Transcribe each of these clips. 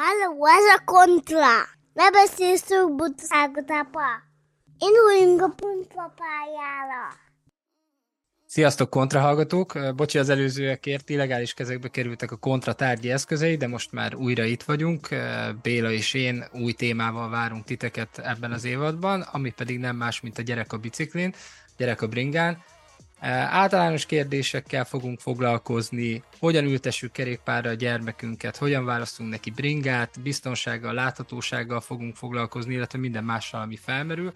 Halló, ez a kontra! Ne beszélj szó butaságot, apa! Induljunk a pontpapájára! Sziasztok, kontrahallgatók! Bocsi az előzőekért, illegális kezekbe kerültek a kontra tárgyi eszközei, de most már újra itt vagyunk. Béla és én új témával várunk titeket ebben az évadban, ami pedig nem más, mint a gyerek a biciklin, gyerek a bringán. Általános kérdésekkel fogunk foglalkozni, hogyan ültessük kerékpárra a gyermekünket, hogyan választunk neki bringát, biztonsággal, láthatósággal fogunk foglalkozni, illetve minden mással, ami felmerül.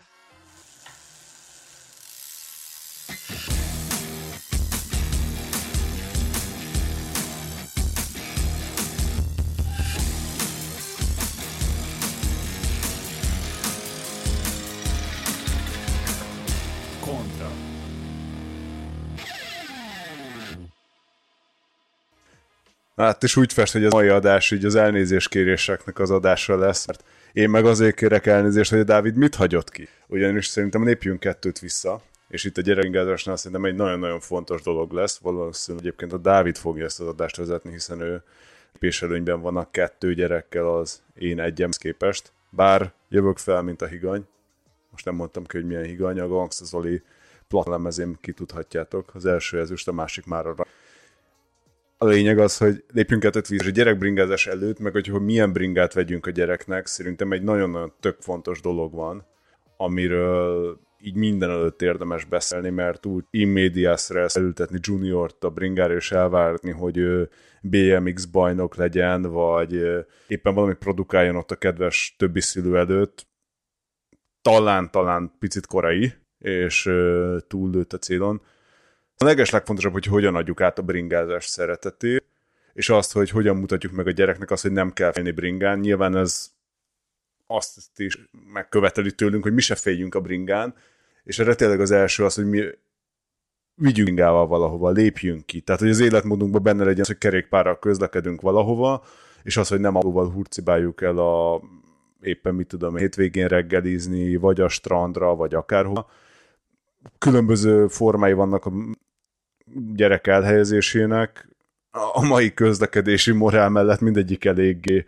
Hát és úgy fest, hogy az mai adás így az elnézéskéréseknek az adása lesz, mert én meg azért kérek elnézést, hogy a Dávid mit hagyott ki. Ugyanis szerintem lépjünk kettőt vissza, és itt a gyerekingázásnál szerintem egy nagyon-nagyon fontos dolog lesz. Valószínűleg egyébként a Dávid fogja ezt az adást vezetni, hiszen ő péselőnyben vannak 2 gyerekkel az én egyemhez képest. Bár jövök fel, mint a higany. Most nem mondtam ki, hogy milyen higany, a Gangsta Zoli platlemezén kitudhatjátok. Az első ezüst, a másik már arra. A lényeg az, hogy lépjünk át a gyerekbringázás előtt, meg hogy milyen bringát vegyünk a gyereknek, szerintem egy nagyon-nagyon tök fontos dolog van, amiről így minden előtt érdemes beszélni, mert úgy in medias res elültetni juniort a bringára és elvárni, hogy ő BMX bajnok legyen, vagy éppen valami produkáljon ott a kedves többi szülő előtt, talán picit korai, és túllőtt a célon. A legfontosabb, hogy hogyan adjuk át a bringázás szeretetét, és azt, hogy hogyan mutatjuk meg a gyereknek azt, hogy nem kell félni bringán. Nyilván ez azt is megköveteli tőlünk, hogy mi se féljünk a bringán, és erre tényleg az első az, hogy mi vigyünk bringával valahova, lépjünk ki. Tehát, hogy az életmódunkban benne legyen az, hogy kerékpárral közlekedünk valahova, és az, hogy nem autóval hurcibáljuk el éppen mit tudom, hétvégén reggelizni, vagy a strandra, vagy akárhova. Különböző formái vannak a gyerek elhelyezésének. A mai közlekedési morál mellett mindegyik eléggé,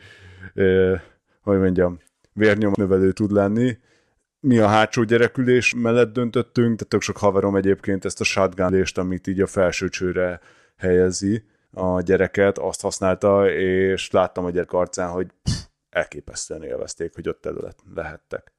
vérnyomnövelő tud lenni. Mi a hátsó gyerekülés mellett döntöttünk, tehát tök sok haverom egyébként ezt a shotgun-lést, amit így a felső csőre helyezi a gyereket, azt használta, és láttam a gyerek arcán, hogy elképesztően élvezték, hogy ott elő lehettek.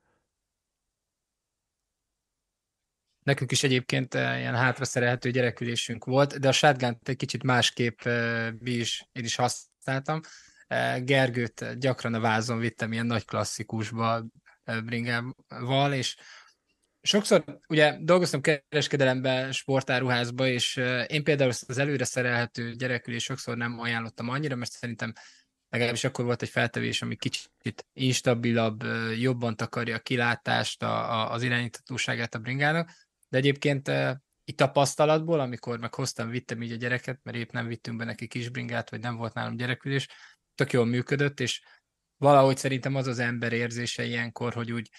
Nekünk is egyébként ilyen hátraszerelhető gyerekülésünk volt, de a shotgunt egy kicsit másképp én is használtam. Gergőt gyakran a vázon vittem ilyen nagy klasszikusba bringával, és sokszor ugye dolgoztam kereskedelemben, sportáruházba, és én például az előre szerelhető gyerekülés sokszor nem ajánlottam annyira, mert szerintem legalábbis akkor volt egy feltevés, ami kicsit instabilabb, jobban takarja a kilátást, az irányítatóságát a bringának, de egyébként így tapasztalatból, amikor vittem így a gyereket, mert épp nem vittünk be neki kis bringát, vagy nem volt nálam gyerekülés, tök jól működött, és valahogy szerintem az ember érzése ilyenkor, hogy úgy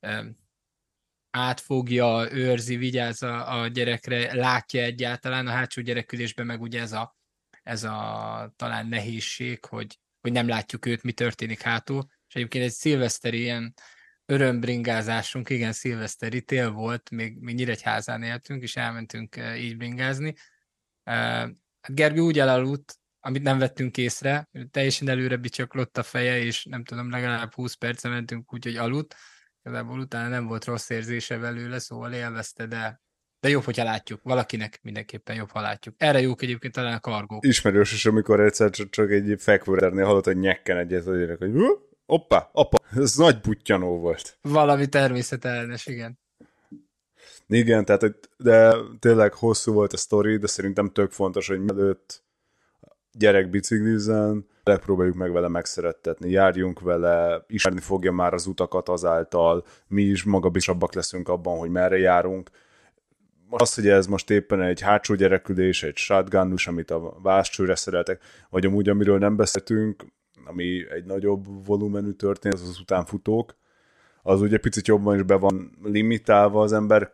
átfogja, őrzi, vigyáz a gyerekre, látja egyáltalán, a hátsó gyerekülésben meg ugye ez a talán nehézség, hogy nem látjuk őt, mi történik hátul, és egyébként egy szilveszteri ilyen örömbringázásunk, igen, szilveszteri tél volt, még Nyíregyházán éltünk, és elmentünk így bringázni. Gergő úgy elaludt, amit nem vettünk észre, teljesen előre bicsaklott a feje, és nem tudom, legalább 20 percen mentünk úgy, hogy aludt. Igazából utána nem volt rossz érzése belőle, szóval élvezte, de jobb, hogyha látjuk. Valakinek mindenképpen jobb, ha látjuk. Erre jók egyébként talán a kargók. Ismerős is, amikor egyszer csak egy fekvőrnél hallott, hogy nyekken egyet, hogy apa, ez nagy buttyanó volt. Valami természetellenes, igen. Igen, tehát, de tényleg hosszú volt a sztori, de szerintem tök fontos, hogy mielőtt gyerek biciklizzen, próbáljuk meg vele megszerettetni, járjunk vele, ismerni fogja már az utakat azáltal, mi is magabiztosabbak leszünk abban, hogy merre járunk. Az, hogy ez most éppen egy hátsó gyerekülés, egy shotgunus, amit a vászcsőre szereltek, vagy amúgy, amiről nem beszéltünk, ami egy nagyobb volumenű történet, az utánfutók, az ugye picit jobban is be van limitálva az ember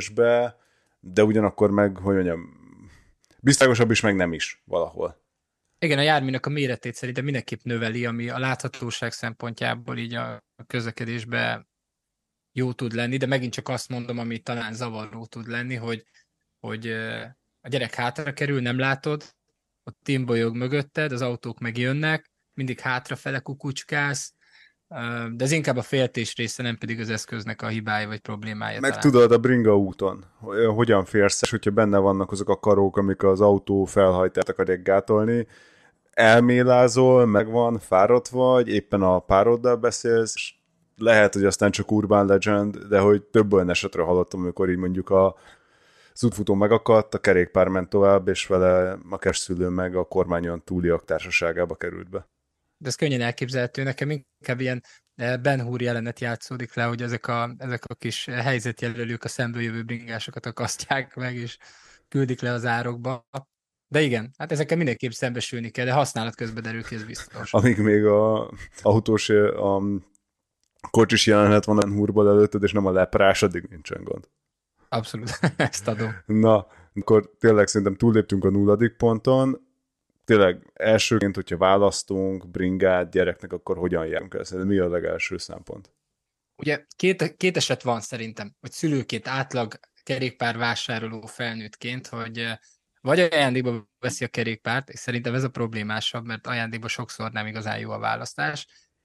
közlekedésbe, de ugyanakkor meg, hogy mondjam, biztonságosabb is, meg nem is valahol. Igen, a járműnek a méretét szerintem mindenképp növeli, ami a láthatóság szempontjából így a közlekedésben jó tud lenni, de megint csak azt mondom, ami talán zavaró tud lenni, hogy a gyerek hátra kerül, nem látod, ott timbolyog mögötted, az autók megjönnek, mindig hátrafele kukucskálsz, de ez inkább a féltés része, nem pedig az eszköznek a hibája vagy problémája Meg talán. tudod a bringa úton, hogyan férsz, és hogyha benne vannak azok a karók, amik az autó felhajtát akarják gátolni, elmélázol, megvan, fáradt vagy, éppen a pároddal beszélsz, és lehet, hogy aztán csak urban legend, de hogy több olyan esetre hallottam, amikor így mondjuk az útfutó megakadt, a kerékpár ment tovább, és vele a keresztülő meg a kormányon túliak társaságába került be. De ez könnyen elképzelhető, nekem inkább ilyen Ben Hur jelenet játszódik le, hogy ezek a kis helyzetjelölők a szemből jövő bringásokat akasztják meg, és küldik le az árokba. De igen, hát ezekkel mindenképp szembesülni kell, de használat közben derül ki, ez biztos. Amíg még a autós, a kocsis jelenet van Ben Hurból előtted, és nem a leprás, addig nincsen gond. Abszolút, ezt adom. Na, akkor tényleg szerintem túlléptünk a 0. ponton. Tényleg elsőként, hogyha választunk bringát gyereknek, akkor hogyan járunk el? Szerintem mi a legelső szempont? Ugye két eset van szerintem, hogy szülőként átlag kerékpár vásároló felnőttként, hogy vagy ajándékba veszi a kerékpárt, és szerintem ez a problémásabb, mert ajándékba sokszor nem igazán jó a választás,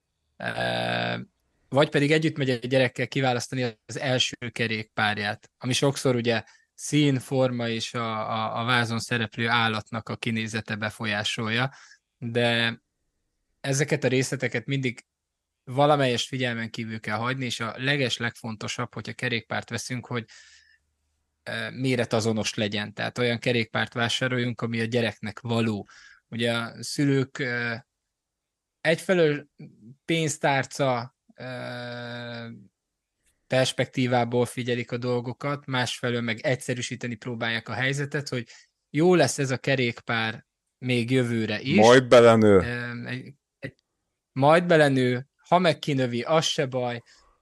vagy pedig együtt megy egy gyerekkel kiválasztani az első kerékpárját, ami sokszor ugye szín, forma és a vázon szereplő állatnak a kinézete befolyásolja, de ezeket a részleteket mindig valamelyest figyelmen kívül kell hagyni, és a legfontosabb, hogyha kerékpárt veszünk, hogy méretazonos legyen. Tehát olyan kerékpárt vásároljunk, ami a gyereknek való. Ugye a szülők egyfelől pénztárca perspektívából figyelik a dolgokat, másfelől meg egyszerűsíteni próbálják a helyzetet, hogy jó lesz ez a kerékpár még jövőre is. Majd belenő. Majd belenő, ha meg kinövi, az se baj.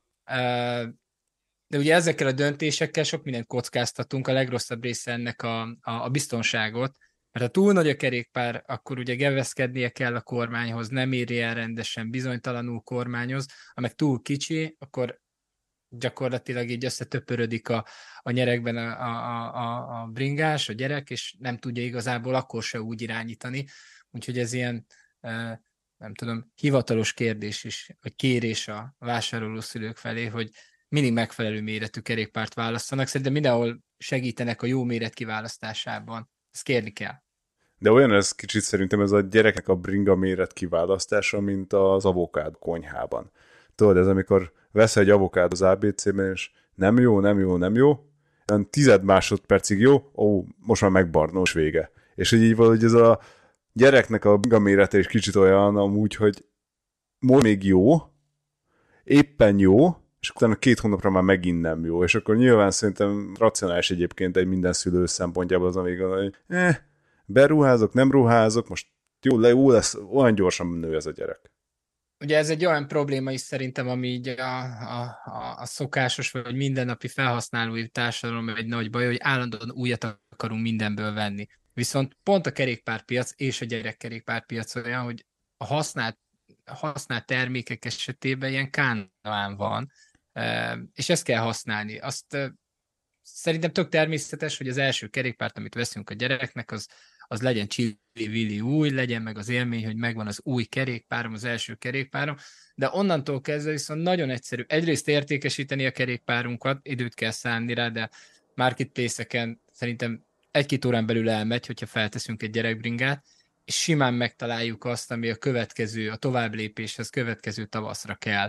De ugye ezekkel a döntésekkel sok mindent kockáztatunk, a legrosszabb része ennek a biztonságot, mert ha túl nagy a kerékpár, akkor ugye geveszkednie kell a kormányhoz, nem éri el rendesen, bizonytalanul kormányoz, ha meg túl kicsi, akkor gyakorlatilag így összetöpörödik a nyerekben a bringás, a gyerek, és nem tudja igazából akkor se úgy irányítani. Úgyhogy ez ilyen, nem tudom, hivatalos kérdés is, vagy kérés a vásároló szülők felé, hogy mindig megfelelő méretű kerékpárt választanak. Szerintem mindenhol segítenek a jó méret kiválasztásában. Ezt kérni kell. De olyan ez kicsit szerintem ez a gyerekek a bringa méret kiválasztása, mint az avokád konyhában. Tudod, ez amikor vesz egy avokád az ABC-ben, és nem jó, nem jó, nem jó, 10 másodpercig jó, most már megbarnós vége. És így valahogy ez a gyereknek a bringa mérete is kicsit olyan amúgy, hogy most még jó, éppen jó, és utána 2 hónapra már megint nem jó. És akkor nyilván szerintem racionális egyébként egy minden szülő szempontjából az, amíg hogy beruházok, nem ruházok, most jó lesz, olyan gyorsan nő ez a gyerek. Ugye ez egy olyan probléma is szerintem, ami így a szokásos vagy mindennapi felhasználói társadalom egy nagy baj, hogy állandóan újat akarunk mindenből venni. Viszont pont a kerékpárpiac és a gyerekkerékpárpiac olyan, hogy a használt termékek esetében ilyen kánván van, és ezt kell használni. Azt szerintem tök természetes, hogy az első kerékpárt, amit veszünk a gyereknek, az legyen csilli-villi új, legyen meg az élmény, hogy megvan az új kerékpárom, az első kerékpárom, de onnantól kezdve viszont nagyon egyszerű. Egyrészt értékesíteni a kerékpárunkat, időt kell szánni rá, de marketplace-eken szerintem 1-2 órán belül elmegy, hogyha felteszünk egy gyerekbringát, és simán megtaláljuk azt, ami a továbblépéshez következő tavaszra kell.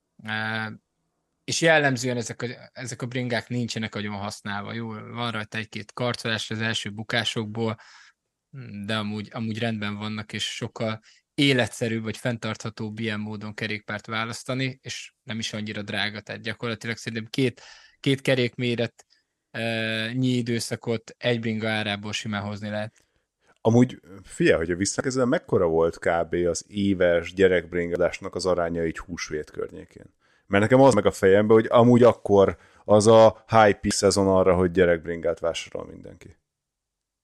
És jellemzően ezek a bringák nincsenek nagyon használva. Jó, van rajta 1-2 karcolás az első bukásokból, de amúgy rendben vannak, és sokkal életszerűbb vagy fenntarthatóbb ilyen módon kerékpárt választani, és nem is annyira drága, tehát gyakorlatilag szerintem két kerékméret nyi időszakot egy bringa árából simán hozni lehet. Amúgy figyelj, hogyha visszakezdve, mekkora volt kb. Az éves gyerekbringadásnak az aránya így húsvét környékén? Mert nekem az meg a fejembe, hogy amúgy akkor az a high peak szezon arra, hogy gyerekbringát vásárol mindenki.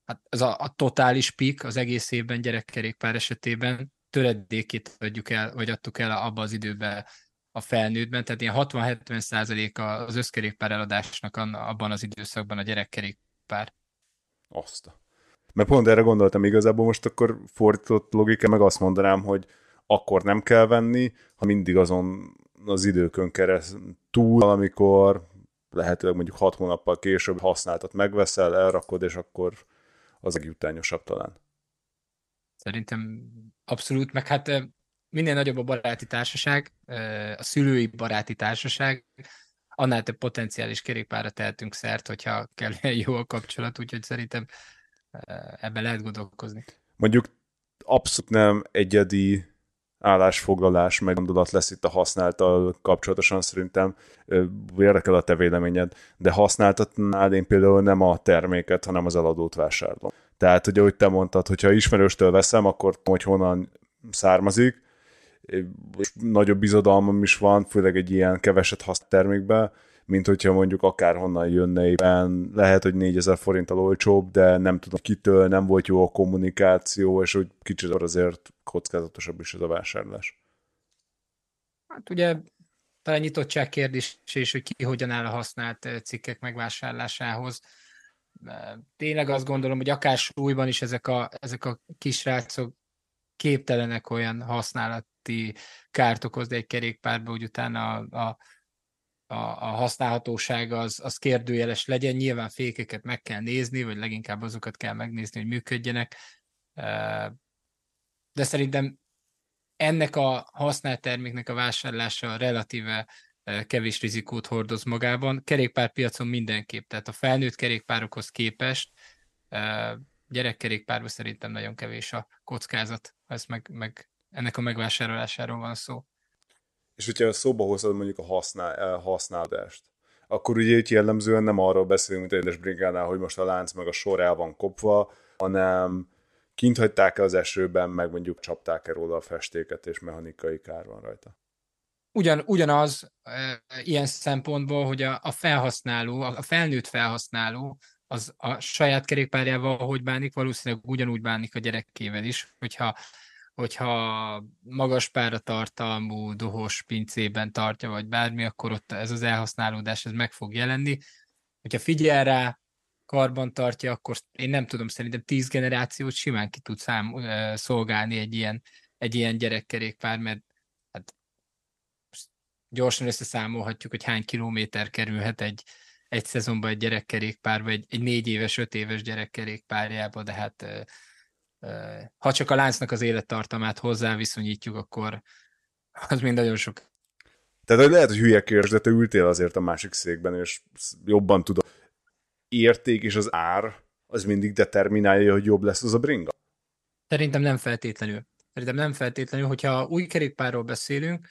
hát az a totális peak az egész évben gyerekkerékpár esetében töredékét adtuk el abba az időben a felnőttben, tehát ilyen 60-70% az összkerékpár eladásnak abban az időszakban a gyerekkerékpár. Azt. Mert pont erre gondoltam igazából, most akkor fordított logika, meg azt mondanám, hogy akkor nem kell venni, ha mindig azon az időkön keresztül, amikor lehetőleg mondjuk 6 hónappal később használtat megveszel, elrakod, és akkor az jutányosabb talán. Szerintem abszolút, meg hát minél nagyobb a baráti társaság, a szülői baráti társaság, annál több potenciális kerékpárra tehetünk szert, hogyha kellően jó a kapcsolat, úgyhogy szerintem ebben lehet gondolkozni. Mondjuk abszolút nem egyedi állásfoglalás, meg gondolat lesz itt a használtal kapcsolatosan, szerintem érdekel a te véleményed, de használtatnál én például nem a terméket, hanem az eladót vásárolom. Tehát, hogy ahogy te mondtad, hogyha ismerőstől veszem, akkor hogy honnan származik, és nagyobb bizodalmam is van, főleg egy ilyen keveset használt termékben, mint hogyha mondjuk akárhonnan jönne éppen, lehet, hogy 4000 forinttal olcsóbb, de nem tudom kitől, nem volt jó a kommunikáció, és úgy kicsit azért kockázatosabb is ez a vásárlás. Hát ugye talán nyitottság kérdés is, hogy ki hogyan áll a használt cikkek megvásárlásához. Tényleg azt gondolom, hogy akár súlyban is ezek a kisrácok képtelenek olyan használati kárt okozni egy kerékpárba, hogy utána a használhatóság az kérdőjeles legyen. Nyilván fékeket meg kell nézni, vagy leginkább azokat kell megnézni, hogy működjenek. De szerintem ennek a használt terméknek a vásárlása relatíve kevés rizikót hordoz magában. Kerékpárpiacon mindenképp, tehát a felnőtt kerékpárokhoz képest gyerekkerékpárban szerintem nagyon kevés a kockázat, ha ez meg ennek a megvásárolásáról van szó. És hogyha szóba hozod mondjuk a használatást, akkor ugye itt jellemzően nem arról beszélünk, mint egy bringánál, hogy most a lánc meg a sor el van kopva, hanem kint hagyták-e az esőben, meg mondjuk csapták-e róla a festéket, és mechanikai kár van rajta. Ugyanaz ilyen szempontból, hogy a felhasználó, a felnőtt felhasználó az a saját kerékpárjával hogy bánik, valószínűleg ugyanúgy bánik a gyerekével is, hogyha magas páratartalmú, dohos pincében tartja, vagy bármi, akkor ott ez az elhasználódás ez meg fog jelenni. Hogyha figyel rá, karban tartja, akkor én nem tudom, szerintem 10 generációt simán ki tud szolgálni egy ilyen gyerekkerékpár, mert hát gyorsan összeszámolhatjuk, hogy hány kilométer kerülhet egy szezonban egy gyerekkerékpárba, egy 4 éves, 5 éves gyerekkerékpárjába, de hát ha csak a láncnak az élettartamát hozzá viszonyítjuk, akkor az mind nagyon sok. Tehát hogy lehet, hogy hülye kérdés, de te ültél azért a másik székben, és jobban tudod. Érték és az ár, az mindig determinálja, hogy jobb lesz az a bringa? Szerintem nem feltétlenül. Hogyha új kerékpárról beszélünk,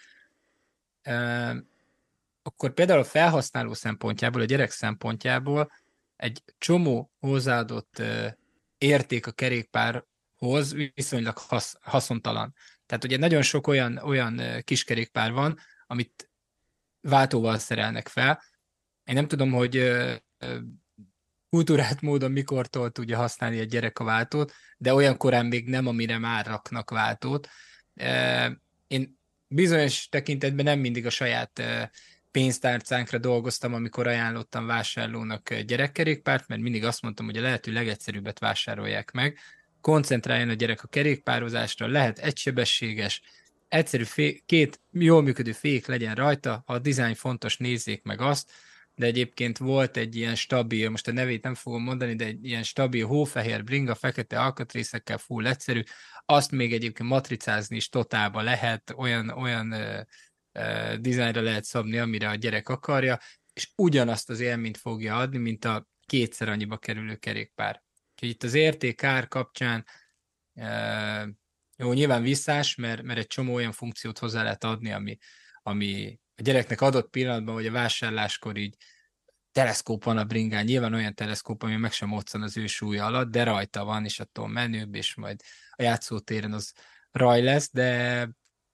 akkor például a felhasználó szempontjából, a gyerek szempontjából egy csomó hozzáadott érték a kerékpárhoz viszonylag haszontalan. Tehát ugye nagyon sok olyan kiskerékpár van, amit váltóval szerelnek fel. Én nem tudom, hogy kultúrált módon mikortól tudja használni egy gyerek a váltót, de olyan korán még nem, amire már raknak váltót. Én bizonyos tekintetben nem mindig a saját pénztárcánkra dolgoztam, amikor ajánlottam vásárlónak gyerekkerékpárt, mert mindig azt mondtam, hogy a lehető legegyszerűbbet vásárolják meg. Koncentráljon a gyerek a kerékpározásra, lehet egysebességes, egyszerű két jól működő fék legyen rajta, ha a dizájn fontos, nézzék meg azt, de egyébként volt egy ilyen stabil, most a nevét nem fogom mondani, de egy ilyen stabil hófehér bringa, fekete alkatrészekkel, full egyszerű, azt még egyébként matricázni is totálba lehet, olyan dizájnra lehet szabni, amire a gyerek akarja, és ugyanazt az élményt fogja adni, mint a kétszer annyiba kerülő kerékpár. Úgyhogy itt az érték-ár kapcsán jó, nyilván visszás, mert egy csomó olyan funkciót hozzá lehet adni, ami a gyereknek adott pillanatban, vagy a vásárláskor így teleszkóp van a bringán, nyilván olyan teleszkóp, ami meg sem moccan az ő súlya alatt, de rajta van, és attól menőbb, és majd a játszótéren az raj lesz, de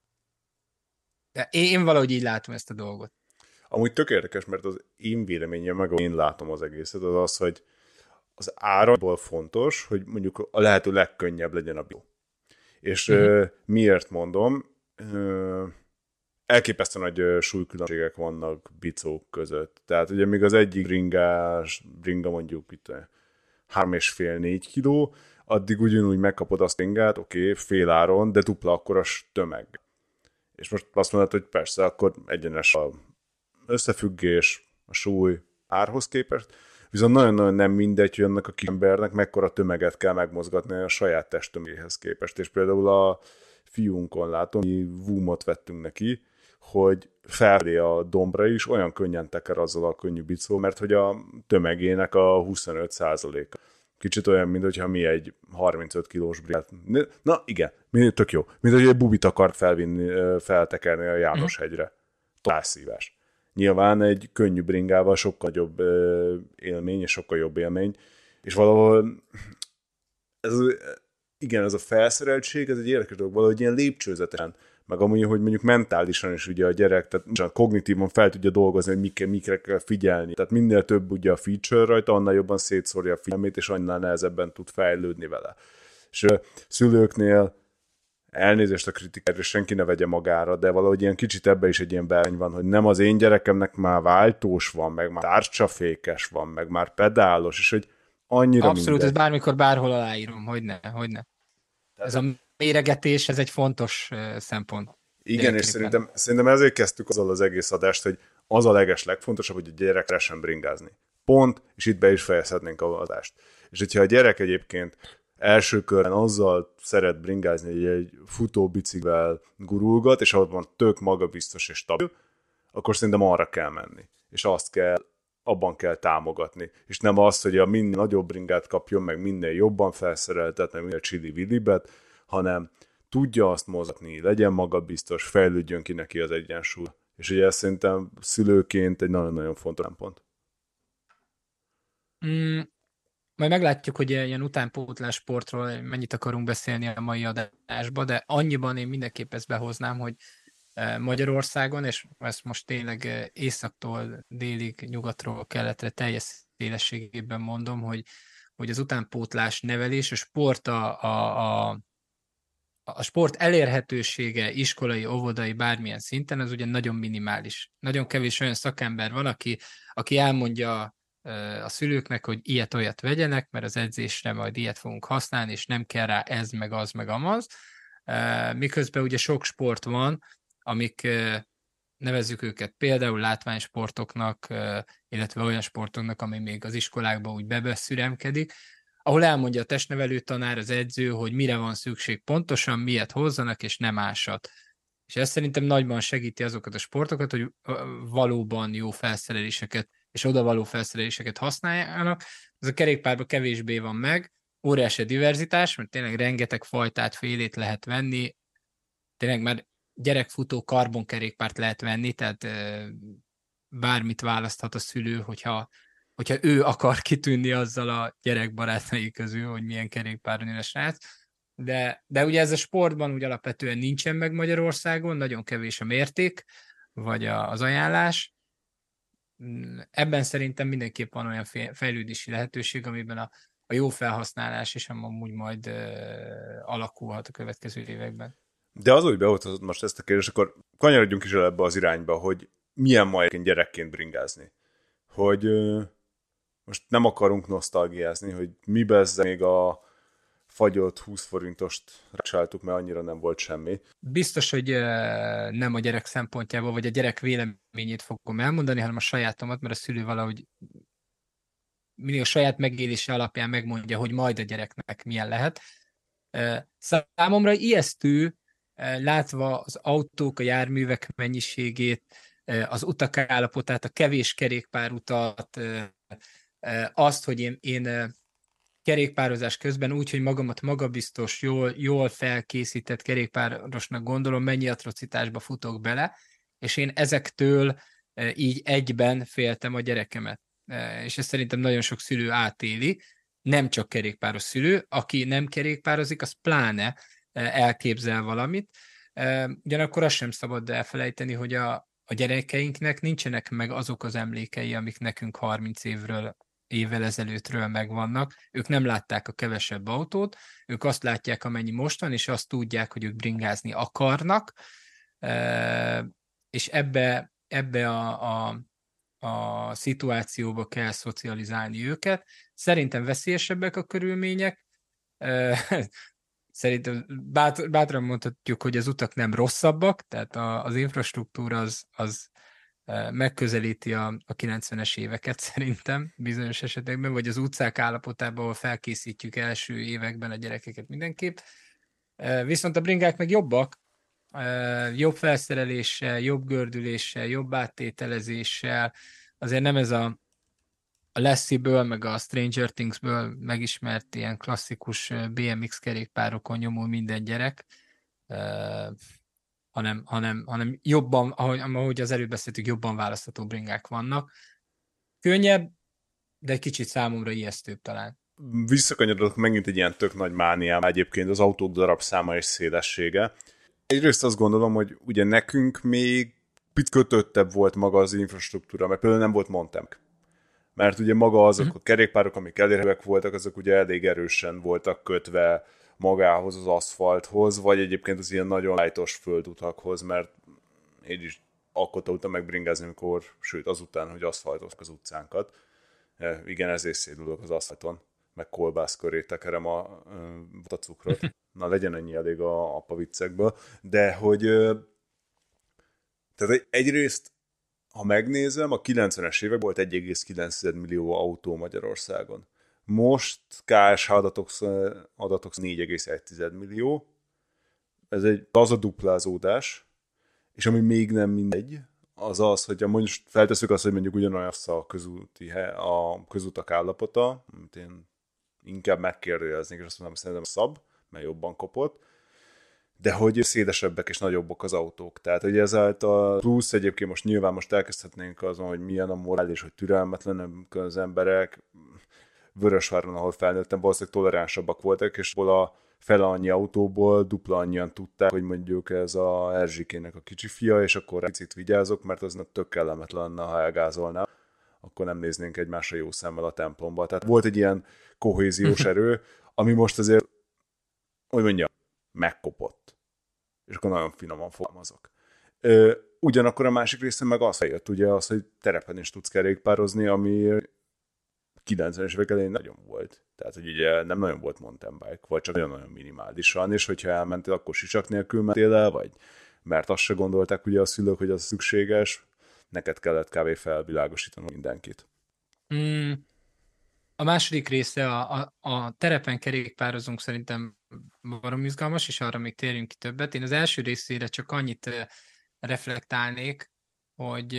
én valahogy így látom ezt a dolgot. Amúgy tök érdekes, mert az én véleményem, meg én látom az egészet, az az, hogy az áraból fontos, hogy mondjuk a lehető legkönnyebb legyen a bió. És miért mondom? Elképesztő nagy súlykülönbségek vannak bicók között. Tehát ugye még az egyik bringa mondjuk itt 3,5-4 kiló, addig ugyanúgy megkapod azt bringát, oké, fél áron, de dupla akkoras tömeg. És most azt mondod, hogy persze, akkor egyenes a összefüggés, a súly árhoz képest, viszont nagyon-nagyon nem mindegy, hogy annak a kis embernek mekkora tömeget kell megmozgatni a saját testtömegéhez képest. És például a fiúnkon látom, mi Woomot vettünk neki, hogy felfelé a dombra is olyan könnyen teker azzal a könnyű bicó, mert hogy a tömegének a 25%-a. Kicsit olyan, mint hogyha mi egy 35 kilós brigát. Na igen, tök jó. Mint hogy egy bubit akart feltekerni a Jánoshegyre. Találszívás. Nyilván egy könnyű bringával sokkal jobb élmény, és sokkal jobb élmény. És valahol ez a felszereltség, ez egy érdekes dolog, valahogy ilyen lépcsőzetesen, meg amúgy, hogy mondjuk mentálisan is ugye a gyerek, tehát kognitívan fel tudja dolgozni, hogy mikre kell figyelni. Tehát minél több ugye a feature rajta, annál jobban szétszórja a figyelmét, és annál nehezebben tud fejlődni vele. És szülőknél elnézést a kritikára, senki ne vegye magára, de valahogy ilyen kicsit ebbe is egy ilyen verseny van, hogy nem az én gyerekemnek már váltós van, meg már tárcsafékes van, meg már pedálos, és hogy annyira Abszolút, mindegy. ez bármikor, bárhol aláírom, hogyne. Ez a méregetés, ez egy fontos szempont. Igen, és szerintem ezért kezdtük azzal az egész adást, hogy az a legfontosabb, hogy a gyerek lehessen bringázni. Pont, és itt be is fejezhetnénk a adást. És hogyha a gyerek egyébként első körben azzal szeret bringázni, hogy egy futóbiciklivel gurulgat, és ahol van tök magabiztos és stabil, akkor szerintem arra kell menni. És abban kell támogatni. És nem azt, hogy a minél nagyobb bringát kapjon, meg minél jobban felszereltet, meg minél csili-vilibet, hanem tudja azt mozgatni, legyen magabiztos, fejlődjön ki neki az egyensúly. És ugye ez szerintem szülőként egy nagyon-nagyon fontos szempont. Majd meglátjuk, hogy ilyen utánpótlás sportról mennyit akarunk beszélni a mai adásba, de annyiban én mindenképp ezt behoznám, hogy Magyarországon, és ezt most tényleg északtól délig, nyugatról keletre teljes szélességében mondom, hogy az utánpótlás nevelés, a sport a sport elérhetősége iskolai, óvodai, bármilyen szinten, az ugye nagyon minimális. Nagyon kevés olyan szakember van, aki elmondja a szülőknek, hogy ilyet-olyat vegyenek, mert az edzésre majd ilyet fogunk használni, és nem kell rá ez, meg az, meg amaz. Miközben ugye sok sport van, amik nevezzük őket például látványsportoknak, illetve olyan sportoknak, ami még az iskolákban úgy bebeszüremkedik, ahol elmondja a testnevelő tanár, az edző, hogy mire van szükség pontosan, miért hozzanak, és nem másat. És ez szerintem nagyban segíti azokat a sportokat, hogy valóban jó felszereléseket és odavaló felszereléseket használjanak. Ez a kerékpárban kevésbé van meg, óriási a diverzitás, mert tényleg rengeteg fajtát, félét lehet venni, tényleg már gyerekfutó karbonkerékpárt lehet venni, tehát bármit választhat a szülő, hogyha ő akar kitűnni azzal a gyerekbarátai közül, hogy milyen kerékpáron ül a srác. De ugye ez a sportban úgy alapvetően nincsen meg Magyarországon, nagyon kevés a mérték, vagy az ajánlás. Ebben szerintem mindenképp van olyan fejlődési lehetőség, amiben a jó felhasználás is amúgy majd alakulhat a következő években. De az, hogy beoltatod most ezt a kérdést, akkor kanyarodjunk is el ebbe az irányba, hogy milyen ma egyébként gyerekként bringázni. Hogy most nem akarunk nosztalgiázni, hogy mi bezze még a fagyott 20 forintost rácsáltuk, mert annyira nem volt semmi. Biztos, hogy nem a gyerek szempontjából, vagy a gyerek véleményét fogom elmondani, hanem a sajátomat, mert a szülő valahogy mindig a saját megélése alapján megmondja, hogy majd a gyereknek milyen lehet. Számomra ijesztő, látva az autók, a járművek mennyiségét, az utak állapotát, a kevés kerékpárutat, azt, hogy én kerékpározás közben úgy, hogy magamat magabiztos, jól felkészített kerékpárosnak gondolom, mennyi atrocitásba futok bele, és én ezektől így egyben féltem a gyerekemet. És ezt szerintem nagyon sok szülő átéli, nem csak kerékpáros szülő, aki nem kerékpározik, az pláne elképzel valamit. Ugyanakkor azt sem szabad elfelejteni, hogy a gyerekeinknek nincsenek meg azok az emlékei, amik nekünk 30 évről évvel ezelőttről megvannak, ők nem látták a kevesebb autót, ők azt látják, amennyi most van, és azt tudják, hogy ők bringázni akarnak, és ebbe a szituációba kell szocializálni őket. Szerintem veszélyesebbek a körülmények, szerintem bátran mondhatjuk, hogy az utak nem rosszabbak, tehát az infrastruktúra az megközelíti a 90-es éveket szerintem bizonyos esetekben, vagy az utcák állapotában, ahol felkészítjük első években a gyerekeket mindenképp. Viszont a bringák meg jobbak, jobb felszereléssel, jobb gördüléssel, jobb áttételezéssel, azért nem ez a Lassie-ből, meg a Stranger Things-ből megismert ilyen klasszikus BMX kerékpárokon nyomul minden gyerek, hanem jobban, ahogy az előbb beszéltük, jobban választható bringák vannak. Könnyebb, de egy kicsit számomra ijesztőbb talán. Visszakanyarodok megint egy ilyen tök nagy mániám egyébként az autók darabszáma és szélessége. Egyrészt azt gondolom, hogy ugye nekünk még kötöttebb volt maga az infrastruktúra, mert például nem volt montem. Mert ugye maga azok a kerékpárok, amik elérhetőek voltak, azok ugye elég erősen voltak kötve magához, az aszfalthoz, vagy egyébként az ilyen nagyon lájtos földutakhoz, mert én is akkor tudtam megbringázni, amikor, sőt azután, hogy aszfaltoztak az utcánkat. Igen, ezért szédülök az aszfalton, meg kolbász köré tekerem a cukrot. Na, legyen ennyi elég a apa viccekből. De hogy tehát egyrészt, ha megnézem, a 90-es évek volt 1,9 millió autó Magyarországon. Most KSH adatok 4,1 millió. Ez az a duplázódás, és ami még nem mindegy, az az, hogy most feltesszük azt, hogy mondjuk ugyanolyan a közútak állapota, amit én inkább megkérdőjeleznék, és azt mondom, hogy szerintem szab, mert jobban kopott, de hogy szélesebbek és nagyobbak az autók. Tehát, hogy ezáltal plusz egyébként most elkezdhetnénk azon, hogy milyen a morális, hogy türelmetlenek az emberek. Vörösváron, ahol felnőttem, valószínűleg toleránsabbak voltak, és a fele annyi autóból dupla annyian tudták, hogy mondjuk ez a Erzsikének a kicsi fia, és akkor picit vigyázok, mert aznak tök kellemetlen lenne, ha elgázolná, akkor nem néznénk egymásra jó szemmel a templomba. Tehát volt egy ilyen kohéziós erő, ami most azért, hogy mondjam, megkopott. És akkor nagyon finoman fogalmazok. Ugyanakkor a másik része meg az jött, ugye az, hogy terepen is tudsz kerékpározni, ami 90-es évek elején nagyon volt. Tehát, hogy ugye nem nagyon volt mountain bike, vagy csak nagyon-nagyon minimálisan, és hogyha elmentél, akkor sisak nélkül mentél el, vagy mert azt se gondolták ugye a szülők, hogy az szükséges, neked kellett kb. Felvilágosítani mindenkit. A második része, a terepen kerékpározunk szerintem baromi izgalmas, és arra még térjünk ki többet. Én az első részére csak annyit reflektálnék, hogy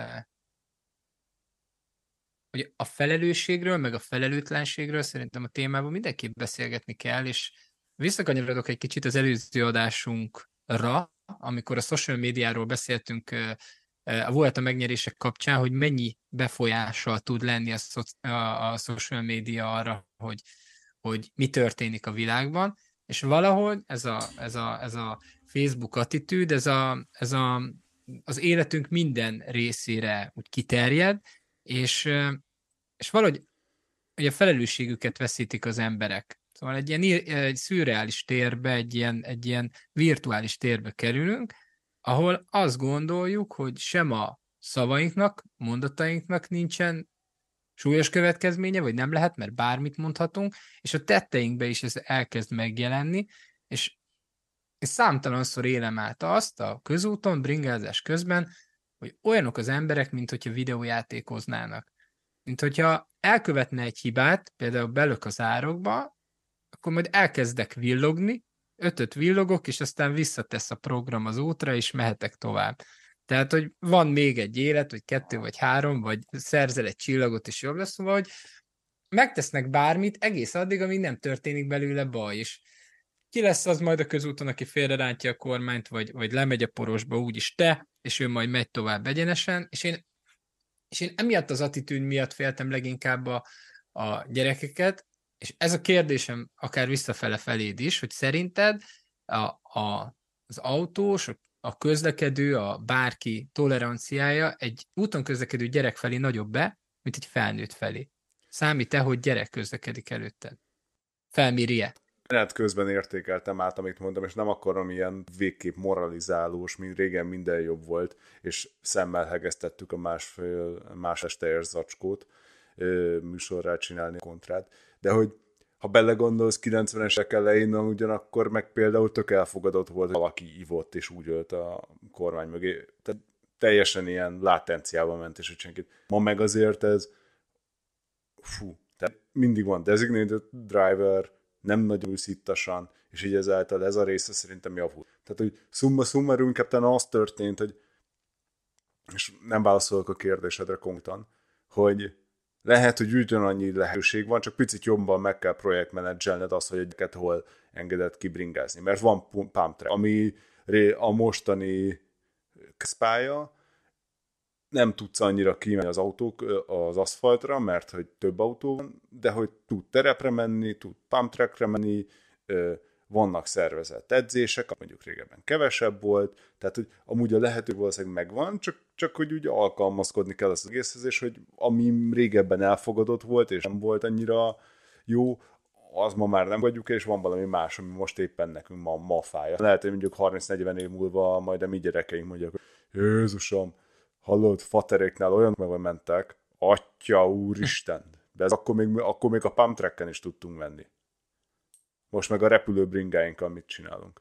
a felelősségről, meg a felelőtlenségről szerintem a témában mindenképp beszélgetni kell, és visszakanyarodok egy kicsit az előző adásunkra, amikor a social médiáról beszéltünk a Vuelta megnyerések kapcsán, hogy mennyi befolyással tud lenni a social média arra, hogy mi történik a világban, és valahogy ez a Facebook attitűd, az életünk minden részére úgy kiterjed, és valahogy hogy a felelősségüket veszítik az emberek. Szóval egy szürreális térbe, egy ilyen virtuális térbe kerülünk, ahol azt gondoljuk, hogy sem a szavainknak, mondatainknak nincsen súlyos következménye, vagy nem lehet, mert bármit mondhatunk, és a tetteinkbe is ez elkezd megjelenni, és számtalanszor élem át azt a közúton, bringázás közben, hogy olyanok az emberek, mint hogyha videójátékoznának. Mint hogyha elkövetne egy hibát, például belök az árokba, akkor majd elkezdek villogni, 5 villogok, és aztán visszatesz a program az útra, és mehetek tovább. Tehát, hogy van még egy élet, vagy 2 vagy 3, vagy szerzel egy csillagot, és jobb lesz, szóval, hogy megtesznek bármit egész addig, amíg nem történik belőle baj is. Ki lesz az majd a közúton, aki félrerántja a kormányt, vagy lemegy a porosba úgyis te, és ő majd megy tovább egyenesen, és én emiatt az attitűd miatt féltem leginkább a gyerekeket, és ez a kérdésem akár visszafele feléd is, hogy szerinted az autós, a közlekedő, a bárki toleranciája egy úton közlekedő gyerek felé nagyobb-e, mint egy felnőtt felé? számít-e, hogy gyerek közlekedik előtted? Felméri-e? Menet közben értékeltem át, amit mondtam, és nem akarom ilyen végképp moralizálós, mint régen minden jobb volt, és szemmel hegesztettük a más este zacskót műsorrá csinálni kontrát. De hogy ha belegondolsz, 90-esek elején ugyanakkor meg például tök elfogadott volt, hogy valaki ivott és úgy ölt a kormány mögé. Tehát teljesen ilyen látenciában ment, és hogy senkit. Ma meg azért ez tehát mindig van designated driver, nem nagyon őszittasan, és így ezáltal ez a része szerintem javul. Tehát, hogy summa summarum, inkább az történt, hogy, és nem válaszolok a kérdésedre konkrétan, hogy lehet, hogy ugyanannyi lehetőség van, csak picit jobban meg kell projektmenedzselned azt, hogy egyeket hol engedett kibringázni. Mert van pump track, ami a mostani közpálya, nem tudsz annyira kimenni az autók az aszfaltra, mert hogy több autó van, de hogy tud terepre menni, tud pump trackre menni, vannak szervezett edzések, mondjuk régebben kevesebb volt, tehát hogy amúgy a lehető valószínűleg megvan, csak hogy úgy alkalmazkodni kell az egészhez, és hogy ami régebben elfogadott volt, és nem volt annyira jó, az ma már nem vagyunk, és van valami más, ami most éppen nekünk ma fáj. Lehet, hogy mondjuk 30-40 év múlva majd a mi gyerekeink mondják, hogy Jézusom, hallod, fateréknál olyan meg mentek, atya úristen, de ez akkor még a pump tracken is tudtunk menni. Most meg a repülő bringáinkkal mit csinálunk?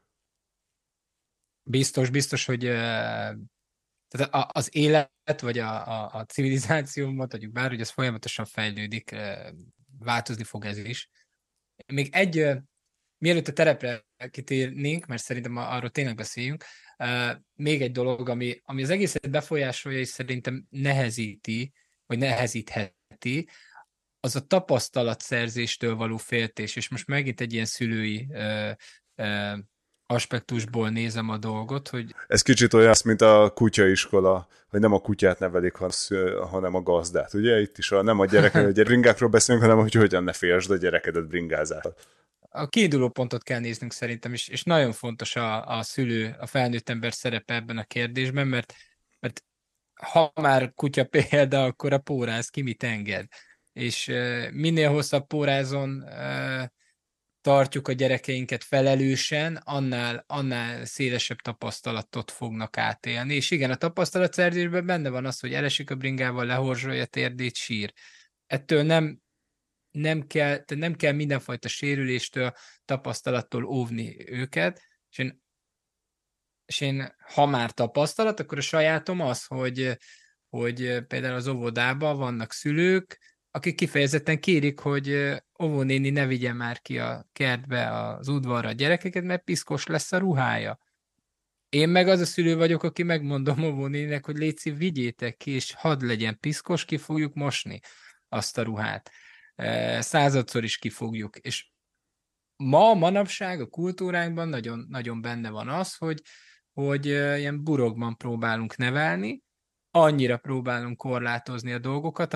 Biztos, hogy tehát az élet, vagy a civilizáció, mondhatjuk bár, hogy ez folyamatosan fejlődik, változni fog ez is. Még mielőtt a terepre kitérnénk, mert szerintem arról tényleg beszéljünk, még egy dolog, ami az egészet befolyásolja, és szerintem nehezíti, vagy nehezítheti, az a tapasztalatszerzéstől való féltés, és most megint egy ilyen szülői aspektusból nézem a dolgot, hogy... Ez kicsit olyan, mint a kutyaiskola, hogy nem a kutyát nevelik, hanem a gazdát. Ugye itt is nem a bringákról beszélünk, hanem hogy hogyan ne félsd a gyerekedet bringázál. A kiinduló pontot kell néznünk szerintem, és nagyon fontos a szülő, a felnőtt ember szerepe ebben a kérdésben, mert ha már kutya példa, akkor a póráz ki mit enged. És minél hosszabb pórázon tartjuk a gyerekeinket felelősen, annál szélesebb tapasztalatot fognak átélni. És igen, a tapasztalatszerzésben benne van az, hogy elesik a bringával, lehorzsolja térdét, sír. Ettől nem kell mindenfajta sérüléstől, tapasztalattól óvni őket, és én ha már tapasztalat, akkor a sajátom az, hogy például az óvodában vannak szülők, akik kifejezetten kérik, hogy óvónéni ne vigye már ki a kertbe, az udvarra a gyerekeket, mert piszkos lesz a ruhája. Én meg az a szülő vagyok, aki megmondom óvónéninek, hogy légy szív, vigyétek ki, és hadd legyen piszkos, ki fogjuk mosni azt a ruhát. 100-szor is ki fogjuk. És manapság a kultúránkban nagyon, nagyon benne van az, hogy ilyen burokban próbálunk nevelni, annyira próbálunk korlátozni a dolgokat,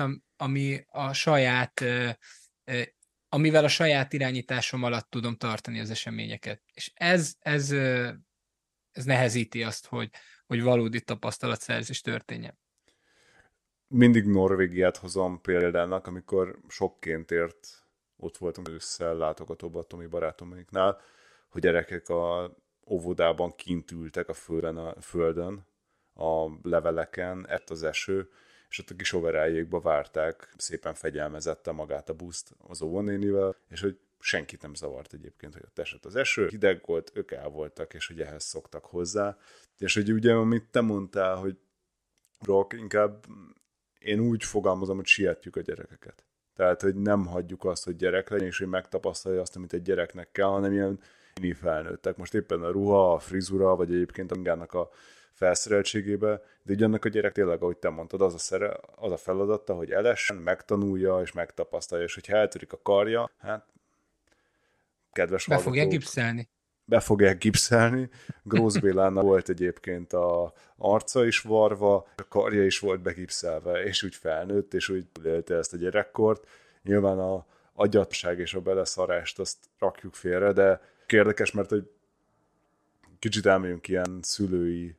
amivel a saját irányításom alatt tudom tartani az eseményeket. És ez nehezíti azt, hogy valódi tapasztalatszerzés történjen. Mindig Norvégiát hozom példának, amikor sokként ott voltunk ősszel látogatóban a Tomi barátomainknál, hogy gyerekek a óvodában kint ültek a földön, a leveleken, ett az eső, és ott a kis overáljékba várták szépen fegyelmezette magát a buszt az óvónénivel, és hogy senkit nem zavart egyébként, hogy ott esett az eső, hideg volt, ők el voltak, és hogy ehhez szoktak hozzá. És hogy ugye, amit te mondtál, hogy Brock, inkább én úgy fogalmazom, hogy sietjük a gyerekeket. Tehát, hogy nem hagyjuk azt, hogy gyerek legyen, és hogy megtapasztalja azt, amit egy gyereknek kell, hanem ilyen mini felnőttek. Most éppen a ruha, a frizura, vagy egyébként a mingának a felszereltségébe, de így annak a gyerek tényleg, ahogy te mondtad, az a feladata, hogy elessen, megtanulja és megtapasztalja, és hogyha eltörik a karja, hát kedves hallgatók. Be fogják gipszelni. Be fogják gipszelni. Grósz Bélának volt egyébként a arca is varva, a karja is volt begipszelve, és úgy felnőtt, és úgy élte ezt a gyerekkort. Nyilván a agyatság és a beleszarást azt rakjuk félre, de érdekes, mert hogy kicsit elmegyünk ilyen szülői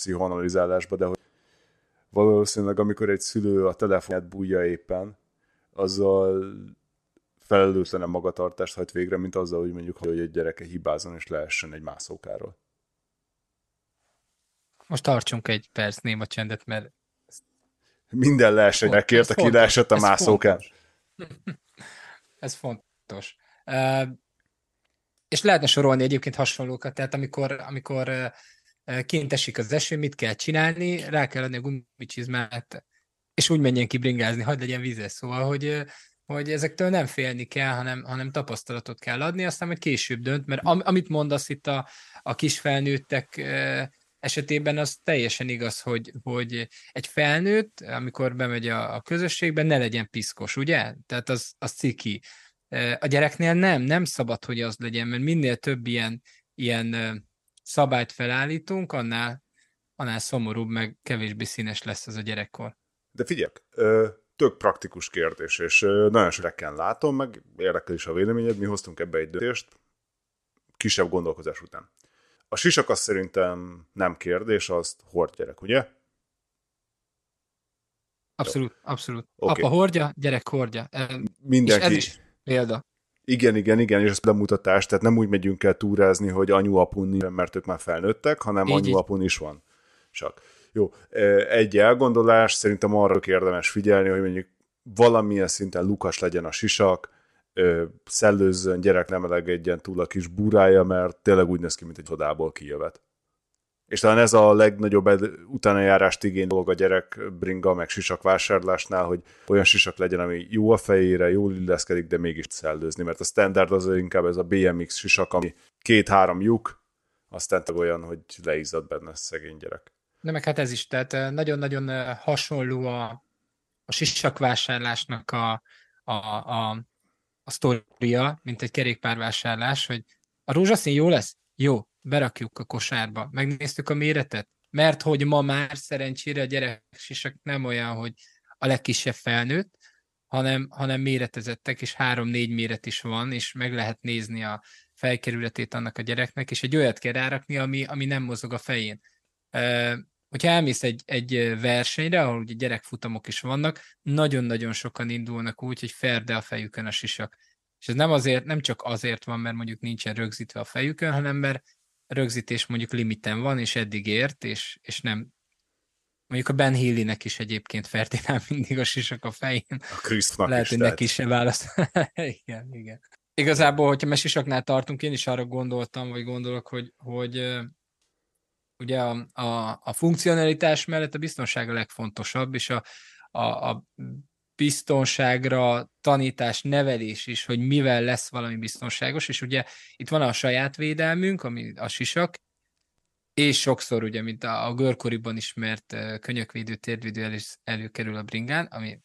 pszichoanalizálásba, de hogy valószínűleg amikor egy szülő a telefonját bújja éppen, azzal felelőtlenem magatartást hajt végre, mint azzal, hogy mondjuk, hogy egy gyereke hibázon és leessen egy mászókáról. Most tartsunk egy perc néma csendet, mert Minden leesett egy megkért, aki leesett a mászókán. Ez fontos. És lehetne sorolni egyébként hasonlókat, tehát amikor kint esik az eső, mit kell csinálni, rá kell adni a gumicsizmát, és úgy menjen ki bringázni, hagyd legyen vizes. Szóval, hogy ezektől nem félni kell, hanem tapasztalatot kell adni, aztán majd később dönt, mert amit mondasz itt a kisfelnőttek esetében, az teljesen igaz, hogy egy felnőtt, amikor bemegy a közösségbe, ne legyen piszkos, ugye? Tehát az ciki. A gyereknél nem szabad, hogy az legyen, mert minél több ilyen szabályt felállítunk, annál szomorúbb, meg kevésbé színes lesz az a gyerekkor. De figyelj, tök praktikus kérdés, és nagyon sokeken látom, meg érdekel is a véleményed, mi hoztunk ebbe egy döntést, kisebb gondolkozás után. A sisak az szerintem nem kérdés, azt hord gyerek, ugye? Abszolút, abszolút. Okay. Apa hordja, gyerek hordja. Mindenki. És ez is példa. Igen, és ez bemutatás, tehát nem úgy megyünk el túrázni, hogy anyu-apun nincs, mert ők már felnőttek, hanem anyu-apun is van. Csak. Jó, egy elgondolás, szerintem arra érdemes figyelni, hogy mondjuk valamilyen szinten lukas legyen a sisak, szellőzzön, gyerek nem elegedjen túl a kis burája, mert tényleg úgy néz ki, mint egy csodából kijövet. És talán ez a legnagyobb utánajárást igény dolog a gyerek bringa meg sisak vásárlásnál, hogy olyan sisak legyen, ami jó a fejére, jól illeszkedik, de mégis szellőzni, mert a standard az inkább ez a BMX sisak, ami 2-3 lyuk, aztán olyan, hogy leizzad benne szegény gyerek. De meg hát ez is, tehát nagyon-nagyon hasonló a sisakvásárlásnak a sztoria, mint egy kerékpárvásárlás, hogy a rózsaszín jó lesz? Jó, berakjuk a kosárba. Megnéztük a méretet? Mert hogy ma már szerencsére a gyerek sisak nem olyan, hogy a legkisebb felnőtt, hanem méretezettek, és 3-4 méret is van, és meg lehet nézni a fejkerületét annak a gyereknek, és egy olyat kell rárakni, ami nem mozog a fején. Hogyha elmész egy versenyre, ahol ugye gyerekfutamok is vannak, nagyon-nagyon sokan indulnak úgy, hogy ferde a fejükön a sisak. És ez nem csak azért van, mert mondjuk nincsen rögzítve a fejükön, hanem mert rögzítés mondjuk limiten van, és eddig ért, és nem. Mondjuk a Ben Healy-nek is egyébként ferdénál mindig a sisak a fején. A Krisztnak lehet, is, hogy neki se választ. igen. Igazából, hogyha mesisaknál tartunk, én is arra gondoltam, vagy gondolok, hogy ugye a funkcionalitás mellett a biztonság a legfontosabb, és a biztonságra tanítás, nevelés is, hogy mivel lesz valami biztonságos, és ugye itt van a saját védelmünk, ami a sisak, és sokszor ugye, mint a görkoriban ismert könyökvédő, térdvédő előkerül a bringán, ami